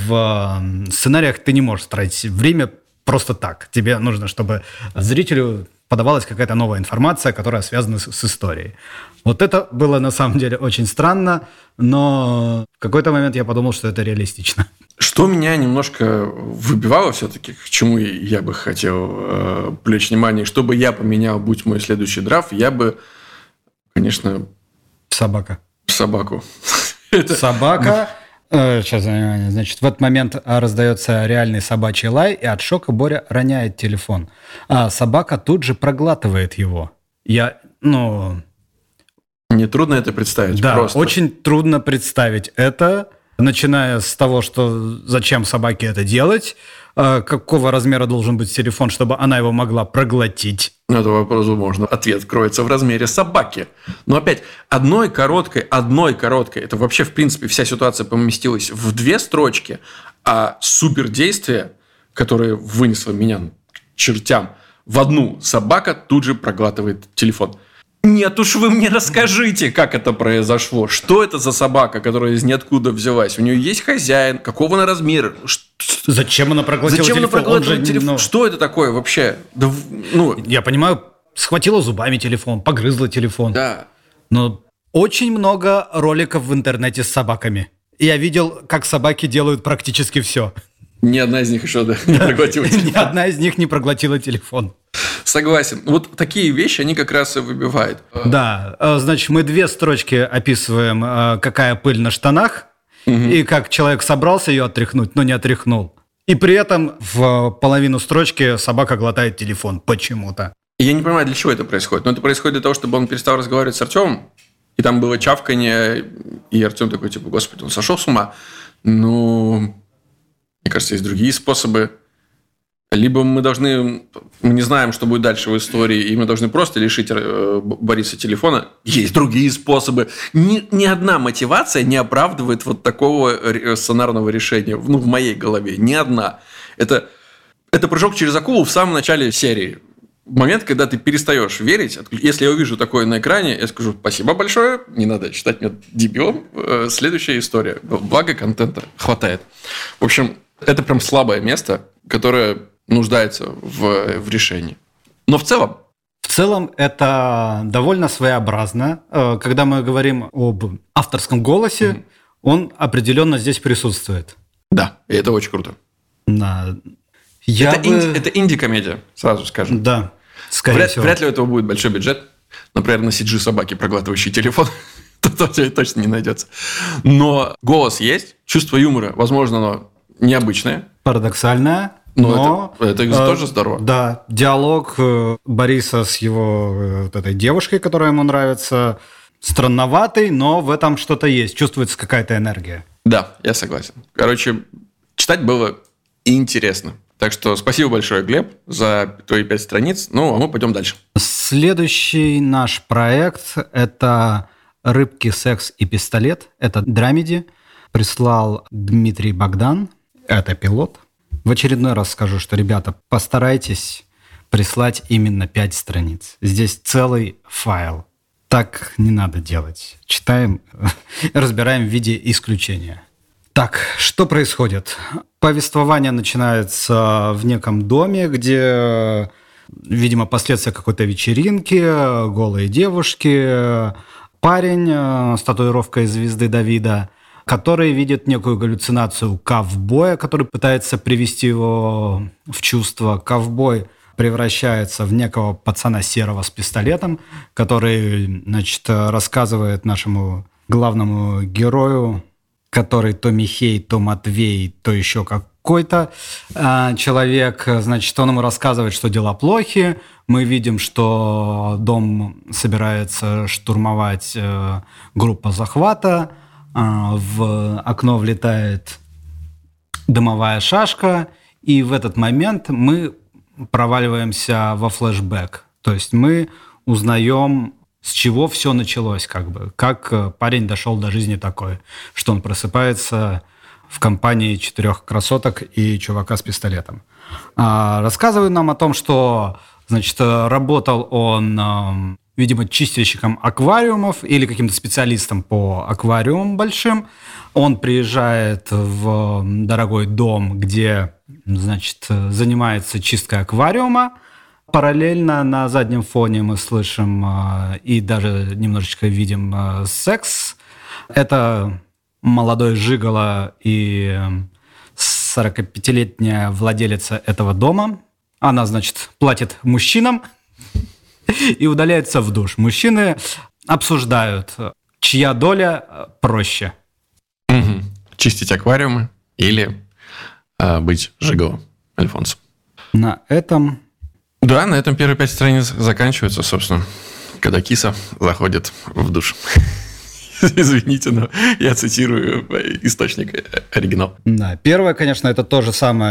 в сценариях ты не можешь тратить время просто так. Тебе нужно, чтобы зрителю подавалась какая-то новая информация, которая связана с, с историей. Вот это было на самом деле очень странно, но в какой-то момент я подумал, что это реалистично. Что меня немножко выбивало все-таки, к чему я бы хотел э, привлечь внимание, что бы я поменял, будь мой следующий драфт, я бы, конечно... Собака. Собаку. Собака... Сейчас, значит, в этот момент раздается реальный собачий лай, и от шока Боря роняет телефон. А собака тут же проглатывает его. Я, ну... Мне трудно это представить. Да, просто. Очень трудно представить это, начиная с того, что зачем собаке это делать, какого размера должен быть телефон, чтобы она его могла проглотить? На этот вопрос можно. Ответ кроется в размере собаки. Но опять, одной короткой, одной короткой, это вообще, в принципе, вся ситуация поместилась в две строчки, а супердействие, которое вынесло меня к чертям, в одну собака тут же проглатывает телефон. Нет уж, вы мне расскажите, как это произошло. Что это за собака, которая из ниоткуда взялась? У нее есть хозяин? Какого она размера? Зачем она проглотила Зачем телефон? она проглотила же, телефон? ну... Что это такое вообще? Да, ну... Я понимаю, схватила зубами телефон, погрызла телефон. Да. Но очень много роликов в интернете с собаками. Я видел, как собаки делают практически все. Ни одна из них еще да, не проглотила телефон. Ни одна из них не проглотила телефон. Согласен. Вот такие вещи, они как раз и выбивают. Да, значит, мы две строчки описываем, какая пыль на штанах, угу. и как человек собрался ее отряхнуть, но не отряхнул. И при этом в половину строчки собака глотает телефон почему-то. Я не понимаю, для чего это происходит. Но это происходит для того, чтобы он перестал разговаривать с Артемом, и там было чавканье, и Артем такой, типа, господи, он сошел с ума. Ну... Мне кажется, есть другие способы. Либо мы должны... Мы не знаем, что будет дальше в истории, и мы должны просто лишить Бориса телефона. Есть другие способы. Ни, ни одна мотивация не оправдывает вот такого сценарного решения. Ну, в моей голове. Ни одна. Это, это прыжок через акулу в самом начале серии. Момент, когда ты перестаешь верить. Если я увижу такое на экране, я скажу спасибо большое, не надо считать меня дебилом. Следующая история. Благо контента хватает. В общем... Это прям слабое место, которое нуждается в, в решении. Но в целом... В целом это довольно своеобразно. Когда мы говорим об авторском голосе, mm-hmm. он определенно здесь присутствует. Да, и это очень круто. Да. Я это, бы... инди, это инди-комедия, сразу скажем. Да, скорее вряд, всего. Вряд ли у этого будет большой бюджет. Например, на си джи собаки, проглатывающие телефон. Тут точно не найдется. Но голос есть, чувство юмора, возможно, оно... необычное. Парадоксальное. Но, но это, это э, тоже здорово. Да, диалог э, Бориса с его э, вот этой девушкой, которая ему нравится, странноватый, но в этом что-то есть. Чувствуется какая-то энергия. Да, я согласен. Короче, читать было интересно. Так что спасибо большое, Глеб, за твои пять страниц. Ну, а мы пойдем дальше. Следующий наш проект – это «Рыбки, секс и пистолет». Это драмеди. Прислал Дмитрий Богдан. Это пилот. В очередной раз скажу, что, ребята, постарайтесь прислать именно пять страниц. Здесь целый файл. Так не надо делать. Читаем, разбираем в виде исключения. Так, что происходит? Повествование начинается в неком доме, где, видимо, последствия какой-то вечеринки, голые девушки, парень с татуировкой звезды Давида, который видит некую галлюцинацию ковбоя, который пытается привести его в чувство. Ковбой превращается в некого пацана серого с пистолетом, который, значит, рассказывает нашему главному герою, который то Михей, то Матвей, то еще какой-то э, человек. Значит, он ему рассказывает, что дела плохи. Мы видим, что дом собирается штурмовать э, группа захвата. В окно влетает дымовая шашка, и в этот момент мы проваливаемся во флешбэк. То есть мы узнаем, с чего все началось, как бы, как парень дошел до жизни такой, что он просыпается в компании четырех красоток и чувака с пистолетом. Рассказывает нам о том, что, значит, работал он... видимо, чистильщиком аквариумов или каким-то специалистом по аквариумам большим. Он приезжает в дорогой дом, где, значит, занимается чисткой аквариума. Параллельно на заднем фоне мы слышим и даже немножечко видим секс. Это молодой жиголо и сорокапятилетняя владелица этого дома. Она, значит, платит мужчинам и удаляется в душ. Мужчины обсуждают, чья доля проще. Угу. Чистить аквариумы или э, быть жиголо, Альфонсо. На этом... Да, на этом первые пять страниц заканчиваются, собственно, когда киса заходит в душ. Извините, но я цитирую источник оригинал. Да, первое, конечно, это то же самое,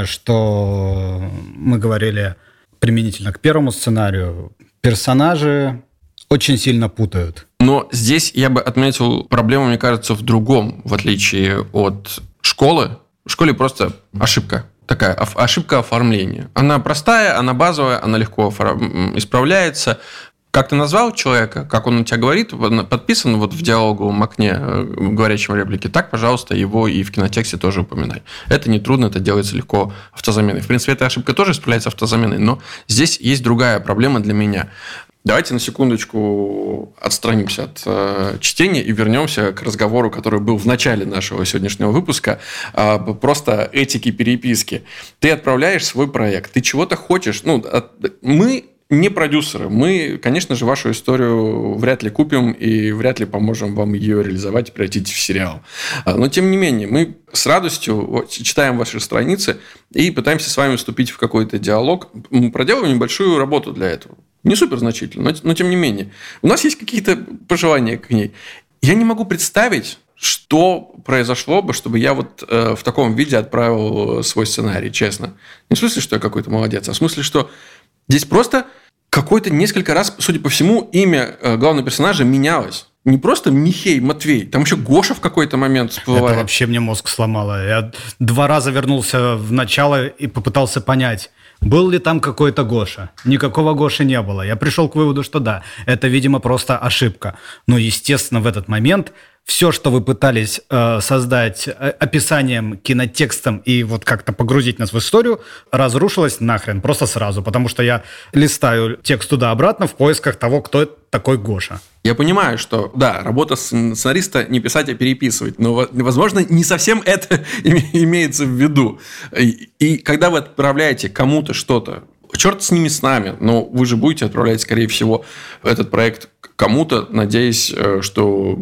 что мы говорили применительно к первому сценарию. Персонажи очень сильно путают. Но здесь я бы отметил проблему, мне кажется, в другом, в отличие от школы. В школе просто ошибка. Такая ошибка оформления. Она простая, она базовая, она легко исправляется. Как ты назвал человека, как он на тебя говорит, подписан вот в диалоговом окне в говорящем реплике, так, пожалуйста, его и в кинотексте тоже упоминай. Это нетрудно, это делается легко автозаменой. В принципе, эта ошибка тоже исправляется автозаменой, но здесь есть другая проблема для меня. Давайте на секундочку отстранимся от э, чтения и вернемся к разговору, который был в начале нашего сегодняшнего выпуска, э, просто этики переписки. Ты отправляешь свой проект, ты чего-то хочешь. Ну, от, мы не продюсеры. Мы, конечно же, вашу историю вряд ли купим и вряд ли поможем вам ее реализовать и превратить в сериал. Но, тем не менее, мы с радостью читаем ваши страницы и пытаемся с вами вступить в какой-то диалог. Мы проделываем небольшую работу для этого. Не супер значительно, но, но тем не менее. У нас есть какие-то пожелания к ней. Я не могу представить, что произошло бы, чтобы я вот э, в таком виде отправил свой сценарий, честно. Не в смысле, что я какой-то молодец, а в смысле, что здесь просто какой-то несколько раз, судя по всему, имя э, главного персонажа менялось. Не просто Михей, Матвей, там еще Гоша в какой-то момент всплывает. Это вообще мне мозг сломало. Я два раза вернулся в начало и попытался понять, был ли там какой-то Гоша. Никакого Гоши не было. Я пришел к выводу, что да, это, видимо, просто ошибка. Но, естественно, в этот момент все, что вы пытались э, создать описанием, кинотекстом и вот как-то погрузить нас в историю, разрушилось нахрен просто сразу. Потому что я листаю текст туда-обратно в поисках того, кто такой Гоша. Я понимаю, что, да, работа сценариста не писать, а переписывать. Но, возможно, не совсем это имеется в виду. И, и когда вы отправляете кому-то что-то, черт с ними, с нами, но вы же будете отправлять, скорее всего, этот проект кому-то, надеясь, что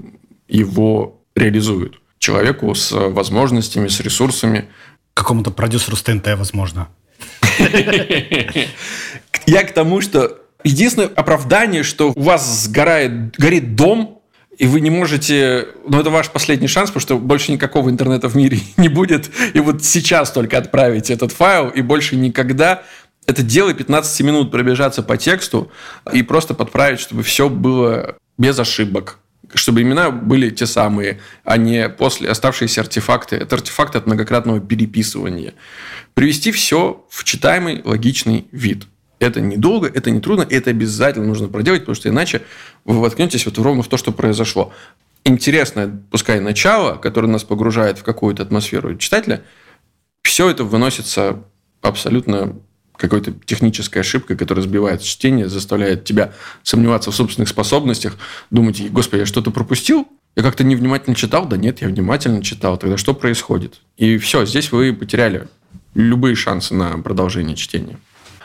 его реализуют. Человеку с возможностями, с ресурсами. Какому-то продюсеру с ТНТ, возможно. Я к тому, что единственное оправдание, что у вас сгорает, горит дом, и вы не можете... Ну, это ваш последний шанс, потому что больше никакого интернета в мире не будет. И вот сейчас только отправить этот файл, и больше никогда... Это дело пятнадцать минут пробежаться по тексту и просто подправить, чтобы все было без ошибок. Чтобы имена были те самые, а не после оставшиеся артефакты. Это артефакты от многократного переписывания. Привести все в читаемый, логичный вид. Это недолго, это не трудно, и это обязательно нужно проделать, потому что иначе вы воткнетесь вот ровно в то, что произошло. Интересное, пускай начало, которое нас погружает в какую-то атмосферу читателя, все это выносится абсолютно какой-то технической ошибкой, которая сбивает чтение, заставляет тебя сомневаться в собственных способностях, думать, господи, я что-то пропустил? Я как-то невнимательно читал? Да нет, я внимательно читал. Тогда что происходит? И все, здесь вы потеряли любые шансы на продолжение чтения.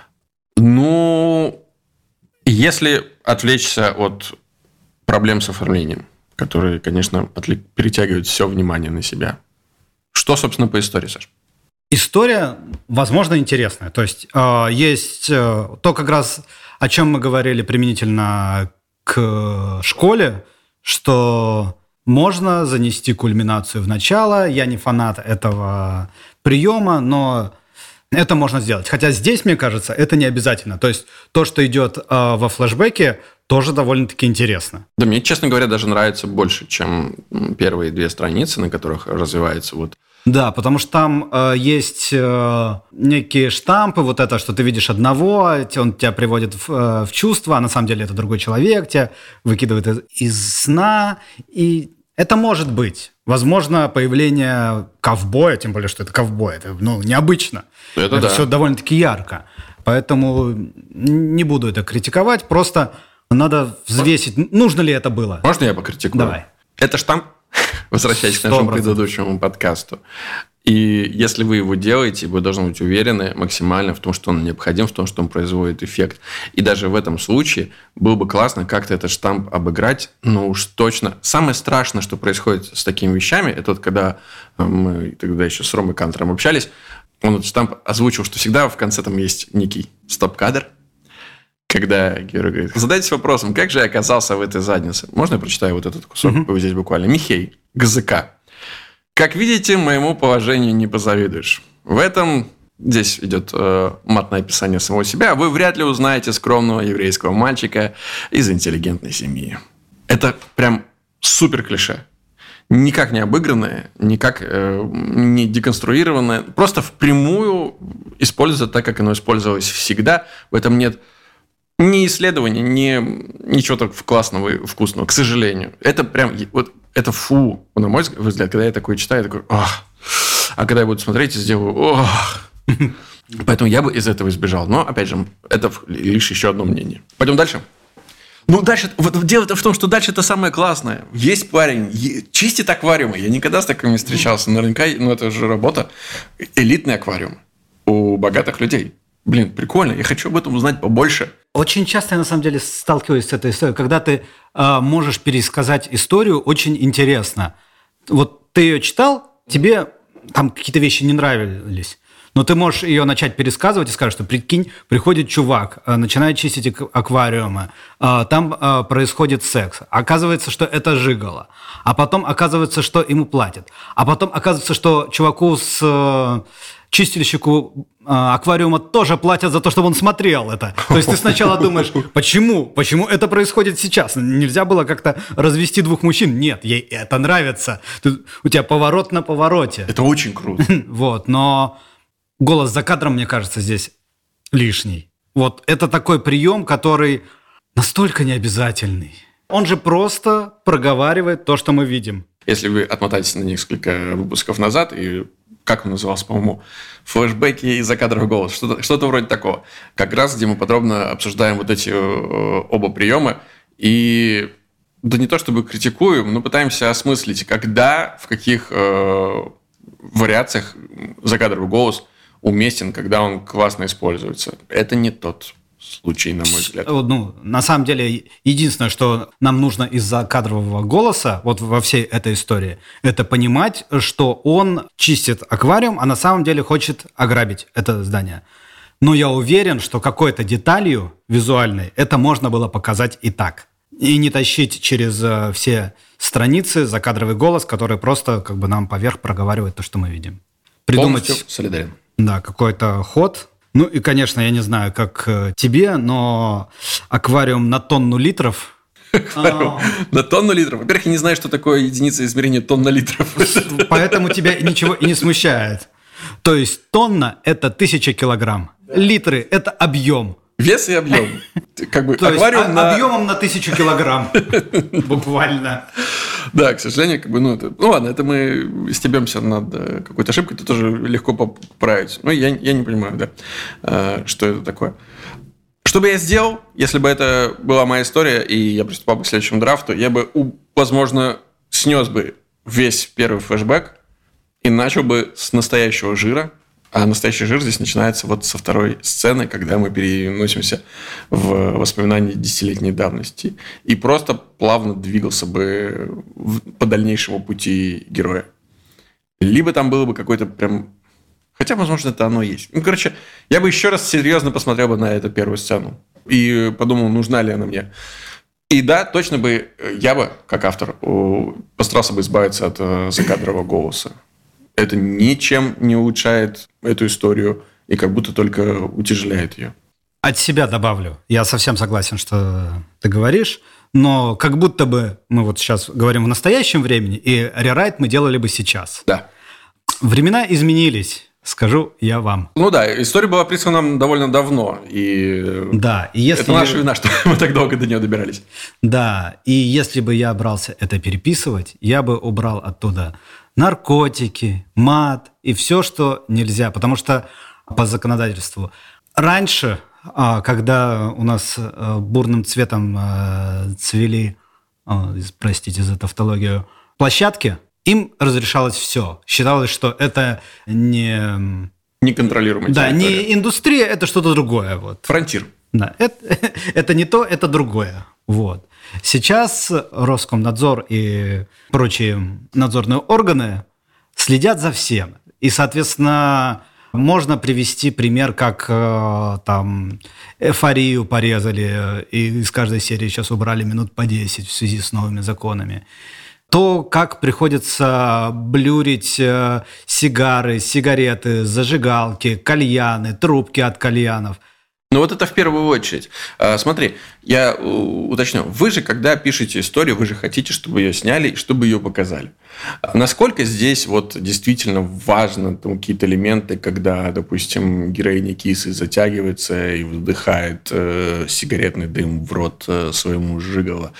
Ну, если отвлечься от проблем с оформлением, которые, конечно, перетягивают все внимание на себя, что, собственно, по истории, Саш? История, возможно, интересная. То есть, э, есть э, то, как раз о чем мы говорили применительно к школе, что можно занести кульминацию в начало. Я не фанат этого приема, но это можно сделать. Хотя здесь, мне кажется, это не обязательно. То есть, то, что идет э, во флешбеке, тоже довольно-таки интересно. Да, мне, честно говоря, даже нравится больше, чем первые две страницы, на которых развивается вот. Да, потому что там э, есть э, некие штампы, вот это, что ты видишь одного, он тебя приводит в, э, в чувство, а на самом деле это другой человек, тебя выкидывает из, из сна, и это может быть. Возможно, появление ковбоя, тем более, что это ковбой, это ну, необычно. Это, это да. все довольно-таки ярко. Поэтому не буду это критиковать, просто надо взвесить, нужно ли это было. Можно я покритикую? Давай. Это штамп. Возвращаясь к нашему предыдущему подкасту. И если вы его делаете, вы должны быть уверены максимально в том, что он необходим, в том, что он производит эффект. И даже в этом случае было бы классно как-то этот штамп обыграть, но уж точно. Самое страшное, что происходит с такими вещами, это вот когда мы тогда еще с Ромой Кантором общались, он этот штамп озвучил, что всегда в конце там есть некий стоп-кадр, Когда герой говорит, задайтесь вопросом, как же я оказался в этой заднице? Можно я прочитаю вот этот кусок? Mm-hmm. Здесь буквально. Михей, ГЗК. Как видите, моему положению не позавидуешь. В этом... Здесь идет э, матное описание самого себя. Вы вряд ли узнаете скромного еврейского мальчика из интеллигентной семьи. Это прям супер клише. Никак не обыгранное, никак э, не деконструированное. Просто впрямую используется так, как оно использовалось всегда. В этом нет ни исследования, ни ничего так классного и вкусного, к сожалению. Это прям... Вот, это фу, на мой взгляд, когда я такое читаю, я такой... Ох. А когда я буду смотреть, я сделаю... Ох. Поэтому я бы из этого избежал. Но, опять же, это лишь еще одно мнение. Пойдем дальше. Ну, дальше... Вот дело-то в том, что дальше это самое классное. Есть парень, чистит аквариумы. Я никогда с таким не встречался. Наверняка, ну, это же работа. Элитный аквариум у богатых людей. Блин, прикольно. Я хочу об этом узнать побольше. Очень часто я, на самом деле, сталкиваюсь с этой историей. Когда ты э, можешь пересказать историю, очень интересно. Вот ты ее читал, тебе там какие-то вещи не нравились. Но ты можешь ее начать пересказывать и сказать, что, прикинь, приходит чувак, начинает чистить аквариумы, там происходит секс. Оказывается, что это жиголо. А потом оказывается, что ему платят. А потом оказывается, что чуваку с чистильщику аквариума тоже платят за то, чтобы он смотрел это. То есть ты сначала думаешь, почему? Почему это происходит сейчас? Нельзя было как-то развести двух мужчин? Нет, ей это нравится. Ты, у тебя поворот на повороте. Это очень круто. Вот, но... Голос за кадром, мне кажется, здесь лишний. Вот это такой прием, который настолько необязательный. Он же просто проговаривает то, что мы видим. Если вы отмотаетесь на несколько выпусков назад, и как он назывался, по-моему, флешбеки и закадровый голос, что-то, что-то вроде такого. Как раз, где мы подробно обсуждаем вот эти оба приема. И да не то чтобы критикуем, но пытаемся осмыслить, когда, в каких э, вариациях закадровый голос уместен, когда он классно используется. Это не тот случай, на мой взгляд. Ну, на самом деле, единственное, что нам нужно из-за кадрового голоса, вот во всей этой истории, это понимать, что он чистит аквариум, а на самом деле хочет ограбить это здание. Но я уверен, что какой-то деталью визуальной это можно было показать и так. И не тащить через э, все страницы закадровый голос, который просто как бы нам поверх проговаривает то, что мы видим. Придумать... Полностью солидарен. Да, какой-то ход. Ну и, конечно, я не знаю, как тебе, но аквариум на тонну литров... На тонну литров? Во-первых, я не знаю, что такое единица измерения тонна литров. Поэтому тебя ничего и не смущает. То есть тонна – это тысяча килограмм. Литры – это объем. Вес и объем. Как бы То аквариум есть на... объемом на тысячу килограмм. Буквально. Да, к сожалению, как бы, ну, это... ну ладно, это мы стебемся над какой-то ошибкой, это тоже легко поправить. Ну, я, я не понимаю, да, что это такое. Что бы я сделал, если бы это была моя история, и я приступал к следующему драфту, я бы, возможно, снес бы весь первый флешбэк и начал бы с настоящего жира. А настоящий жир здесь начинается вот со второй сцены, когда мы переносимся в воспоминания десятилетней давности. И просто плавно двигался бы по дальнейшему пути героя. Либо там было бы какой-то прям... Хотя, возможно, это оно есть. Ну, короче, я бы еще раз серьезно посмотрел бы на эту первую сцену. И подумал, нужна ли она мне. И да, точно бы я бы, как автор, постарался бы избавиться от закадрового голоса. Это ничем не улучшает эту историю и как будто только утяжеляет ее. От себя добавлю. Я совсем согласен, что ты говоришь, но как будто бы мы вот сейчас говорим в настоящем времени, и рерайт мы делали бы сейчас. Да. Времена изменились, скажу я вам. Ну да, история была прислана нам довольно давно, и, да, и если... это наша вина, что мы так долго до нее добирались. Да, и если бы я брался это переписывать, я бы убрал оттуда... наркотики, мат и все, что нельзя. Потому что по законодательству раньше, когда у нас бурным цветом цвели, простите за тавтологию, площадки, им разрешалось все. Считалось, что это не... Неконтролируемая да, территория. не индустрия, это что-то другое. Вот. Фронтир. Да, это, это не то, это другое. Вот. Сейчас Роскомнадзор и прочие надзорные органы следят за всем. И, соответственно, Можно привести пример, как э, там эйфорию порезали, и из каждой серии сейчас убрали минут по десять в связи с новыми законами. То, как приходится блюрить э, сигары, сигареты, зажигалки, кальяны, трубки от кальянов. Ну вот это в первую очередь. Смотри, я уточню. Вы же, когда пишете историю, вы же хотите, чтобы ее сняли и чтобы ее показали. Насколько здесь вот действительно важно там, какие-то элементы, когда, допустим, героиня кисы затягивается и вдыхает э, сигаретный дым в рот э, своему жиголо.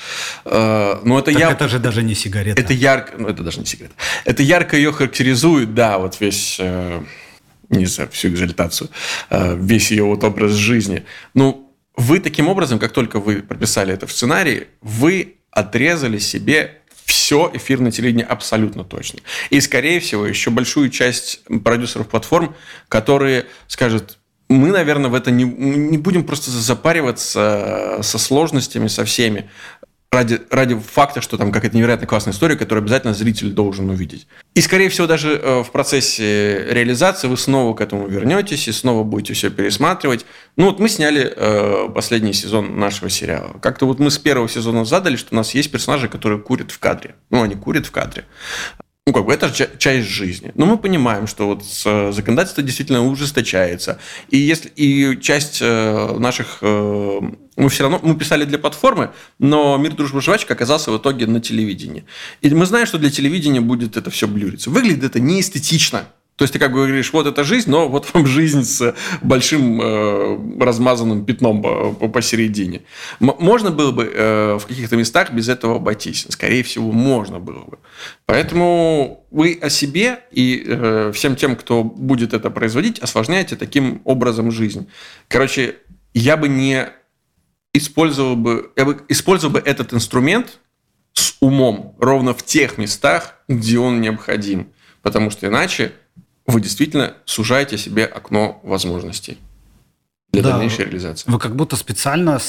Э, ну, это, так я... это же даже не сигарета. Это ярко... Ну, это даже не сигарета. Это ярко ее характеризует, да, вот весь... Э... не знаю, всю экзальтацию, весь ее вот образ жизни. Ну, вы таким образом, как только вы прописали это в сценарии, вы отрезали себе все эфирное телевидение абсолютно точно. И, скорее всего, еще большую часть продюсеров платформ, которые скажут, мы, наверное, в это не, не будем просто запариваться со сложностями, со всеми. Ради, ради факта, что там какая-то невероятно классная история, которую обязательно зритель должен увидеть. И, скорее всего, даже э, в процессе реализации вы снова к этому вернетесь и снова будете все пересматривать. Ну, вот мы сняли э, последний сезон нашего сериала. Как-то вот мы с первого сезона задали, что у нас есть персонажи, которые курят в кадре. Ну, они курят в кадре. Ну, как бы это часть жизни. Но мы понимаем, что вот законодательство действительно ужесточается. И, если, и часть э, наших... Э, мы все равно... Мы писали для платформы, но «Мир, дружба, жвачка» оказался в итоге на телевидении. И мы знаем, что для телевидения будет это все блюриться. Выглядит это неэстетично. То есть ты как бы говоришь, вот это жизнь, но вот вам жизнь с большим э, размазанным пятном по, посередине. М- можно было бы э, в каких-то местах без этого обойтись. Скорее всего, можно было бы. Поэтому вы о себе и э, всем тем, кто будет это производить, осложняете таким образом жизнь. Короче, я бы не использовал бы, я бы использовал бы этот инструмент с умом ровно в тех местах, где он необходим. Потому что иначе вы действительно сужаете себе окно возможностей для да, дальнейшей реализации. Вы как будто специально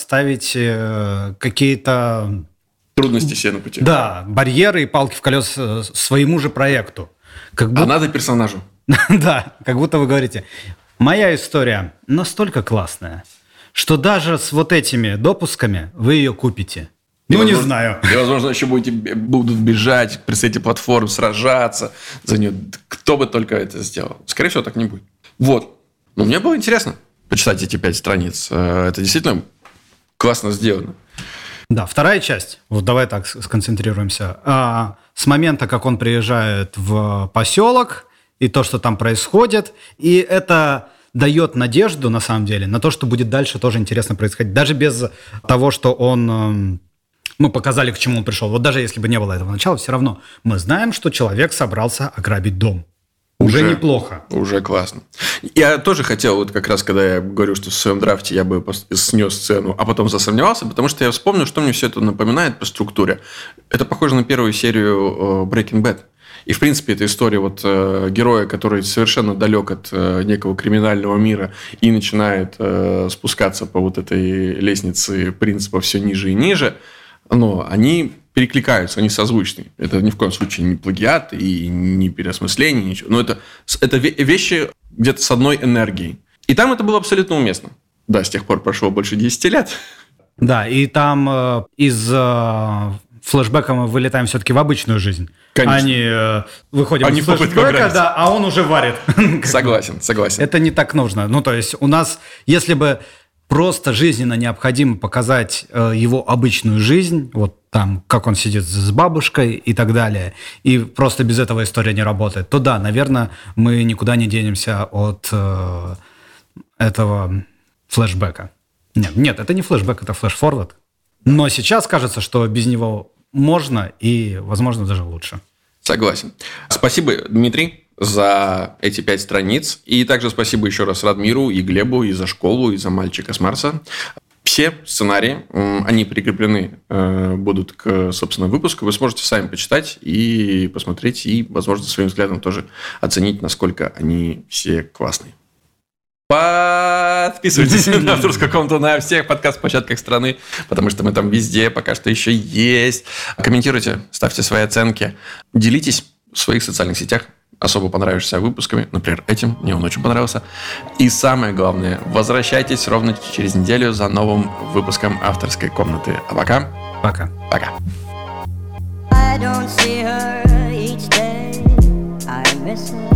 ставите какие-то... Трудности себе на пути. Да, барьеры и палки в колеса своему же проекту. Как будто... А надо персонажу. Да, как будто вы говорите, моя история настолько классная, что даже с вот этими допусками вы ее купите. И, ну, возможно, не знаю. И, возможно, еще будете, будут бежать при сети платформ, сражаться за нее. Кто бы только это сделал. Скорее всего, так не будет. Вот. Но мне было интересно почитать эти пять страниц. Это действительно классно сделано. Да, вторая часть. Вот давай так сконцентрируемся. А, с момента, как он приезжает в поселок, и то, что там происходит, и это... дает надежду, на самом деле, на то, что будет дальше тоже интересно происходить. Даже без того, что он... Мы показали, к чему он пришел. Вот даже если бы не было этого начала, все равно мы знаем, что человек собрался ограбить дом. Уже, уже неплохо. Уже классно. Я тоже хотел, вот как раз, когда я говорю, что в своем драфте я бы снес сцену, а потом засомневался, потому что я вспомнил, что мне все это напоминает по структуре. Это похоже на первую серию Breaking Bad. И, в принципе, это история вот, э, героя, который совершенно далек от э, некого криминального мира и начинает э, спускаться по вот этой лестнице принципа все ниже и ниже. Но они перекликаются, они созвучны. Это ни в коем случае не плагиат и не переосмысление, ничего. Но это, это вещи где-то с одной энергией. И там это было абсолютно уместно. Да, с тех пор прошло больше десяти лет. Да, и там э, из э, флешбека мы вылетаем все-таки в обычную жизнь. Конечно. Они э, выходим Они из флешбека, да, а он уже варит. Согласен, согласен. Это не так нужно. Ну, то есть у нас, если бы просто жизненно необходимо показать э, его обычную жизнь, вот там, как он сидит с бабушкой и так далее, и просто без этого история не работает, то да, наверное, мы никуда не денемся от э, этого флешбека. Нет, нет, это не флешбэк, это флэш-форвард. Но сейчас кажется, что без него можно и, возможно, даже лучше. Согласен. Спасибо, Дмитрий, за эти пять страниц. И также спасибо еще раз Радмиру и Глебу, и за школу, и за мальчика с Марса. Все сценарии, они прикреплены будут к, собственно, выпуску. Вы сможете сами почитать и посмотреть, и, возможно, своим взглядом тоже оценить, насколько они все классные. Подписывайтесь на авторскую аккаунту на всех подкаст-площадках страны, потому что мы там везде пока что еще есть. Комментируйте, ставьте свои оценки, делитесь в своих социальных сетях. особо понравившихся выпусками. Например, этим. Мне он очень понравился. И самое главное, возвращайтесь ровно через неделю за новым выпуском авторской комнаты. А пока. Пока. Пока. I don't see her each day. I miss her.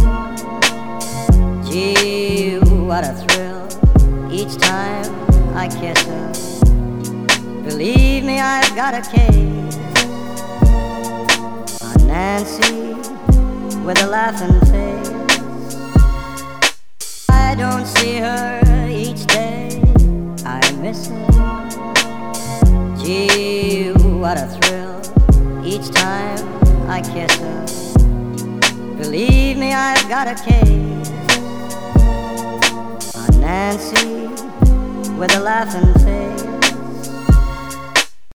Gee, what a thrill each time I kiss her. Believe me, I've got a case on Nancy with a laughing face. I don't see her each day. I miss her. Gee, what a thrill each time I kiss her. Believe me, I've got a case on Nancy with a laughing face.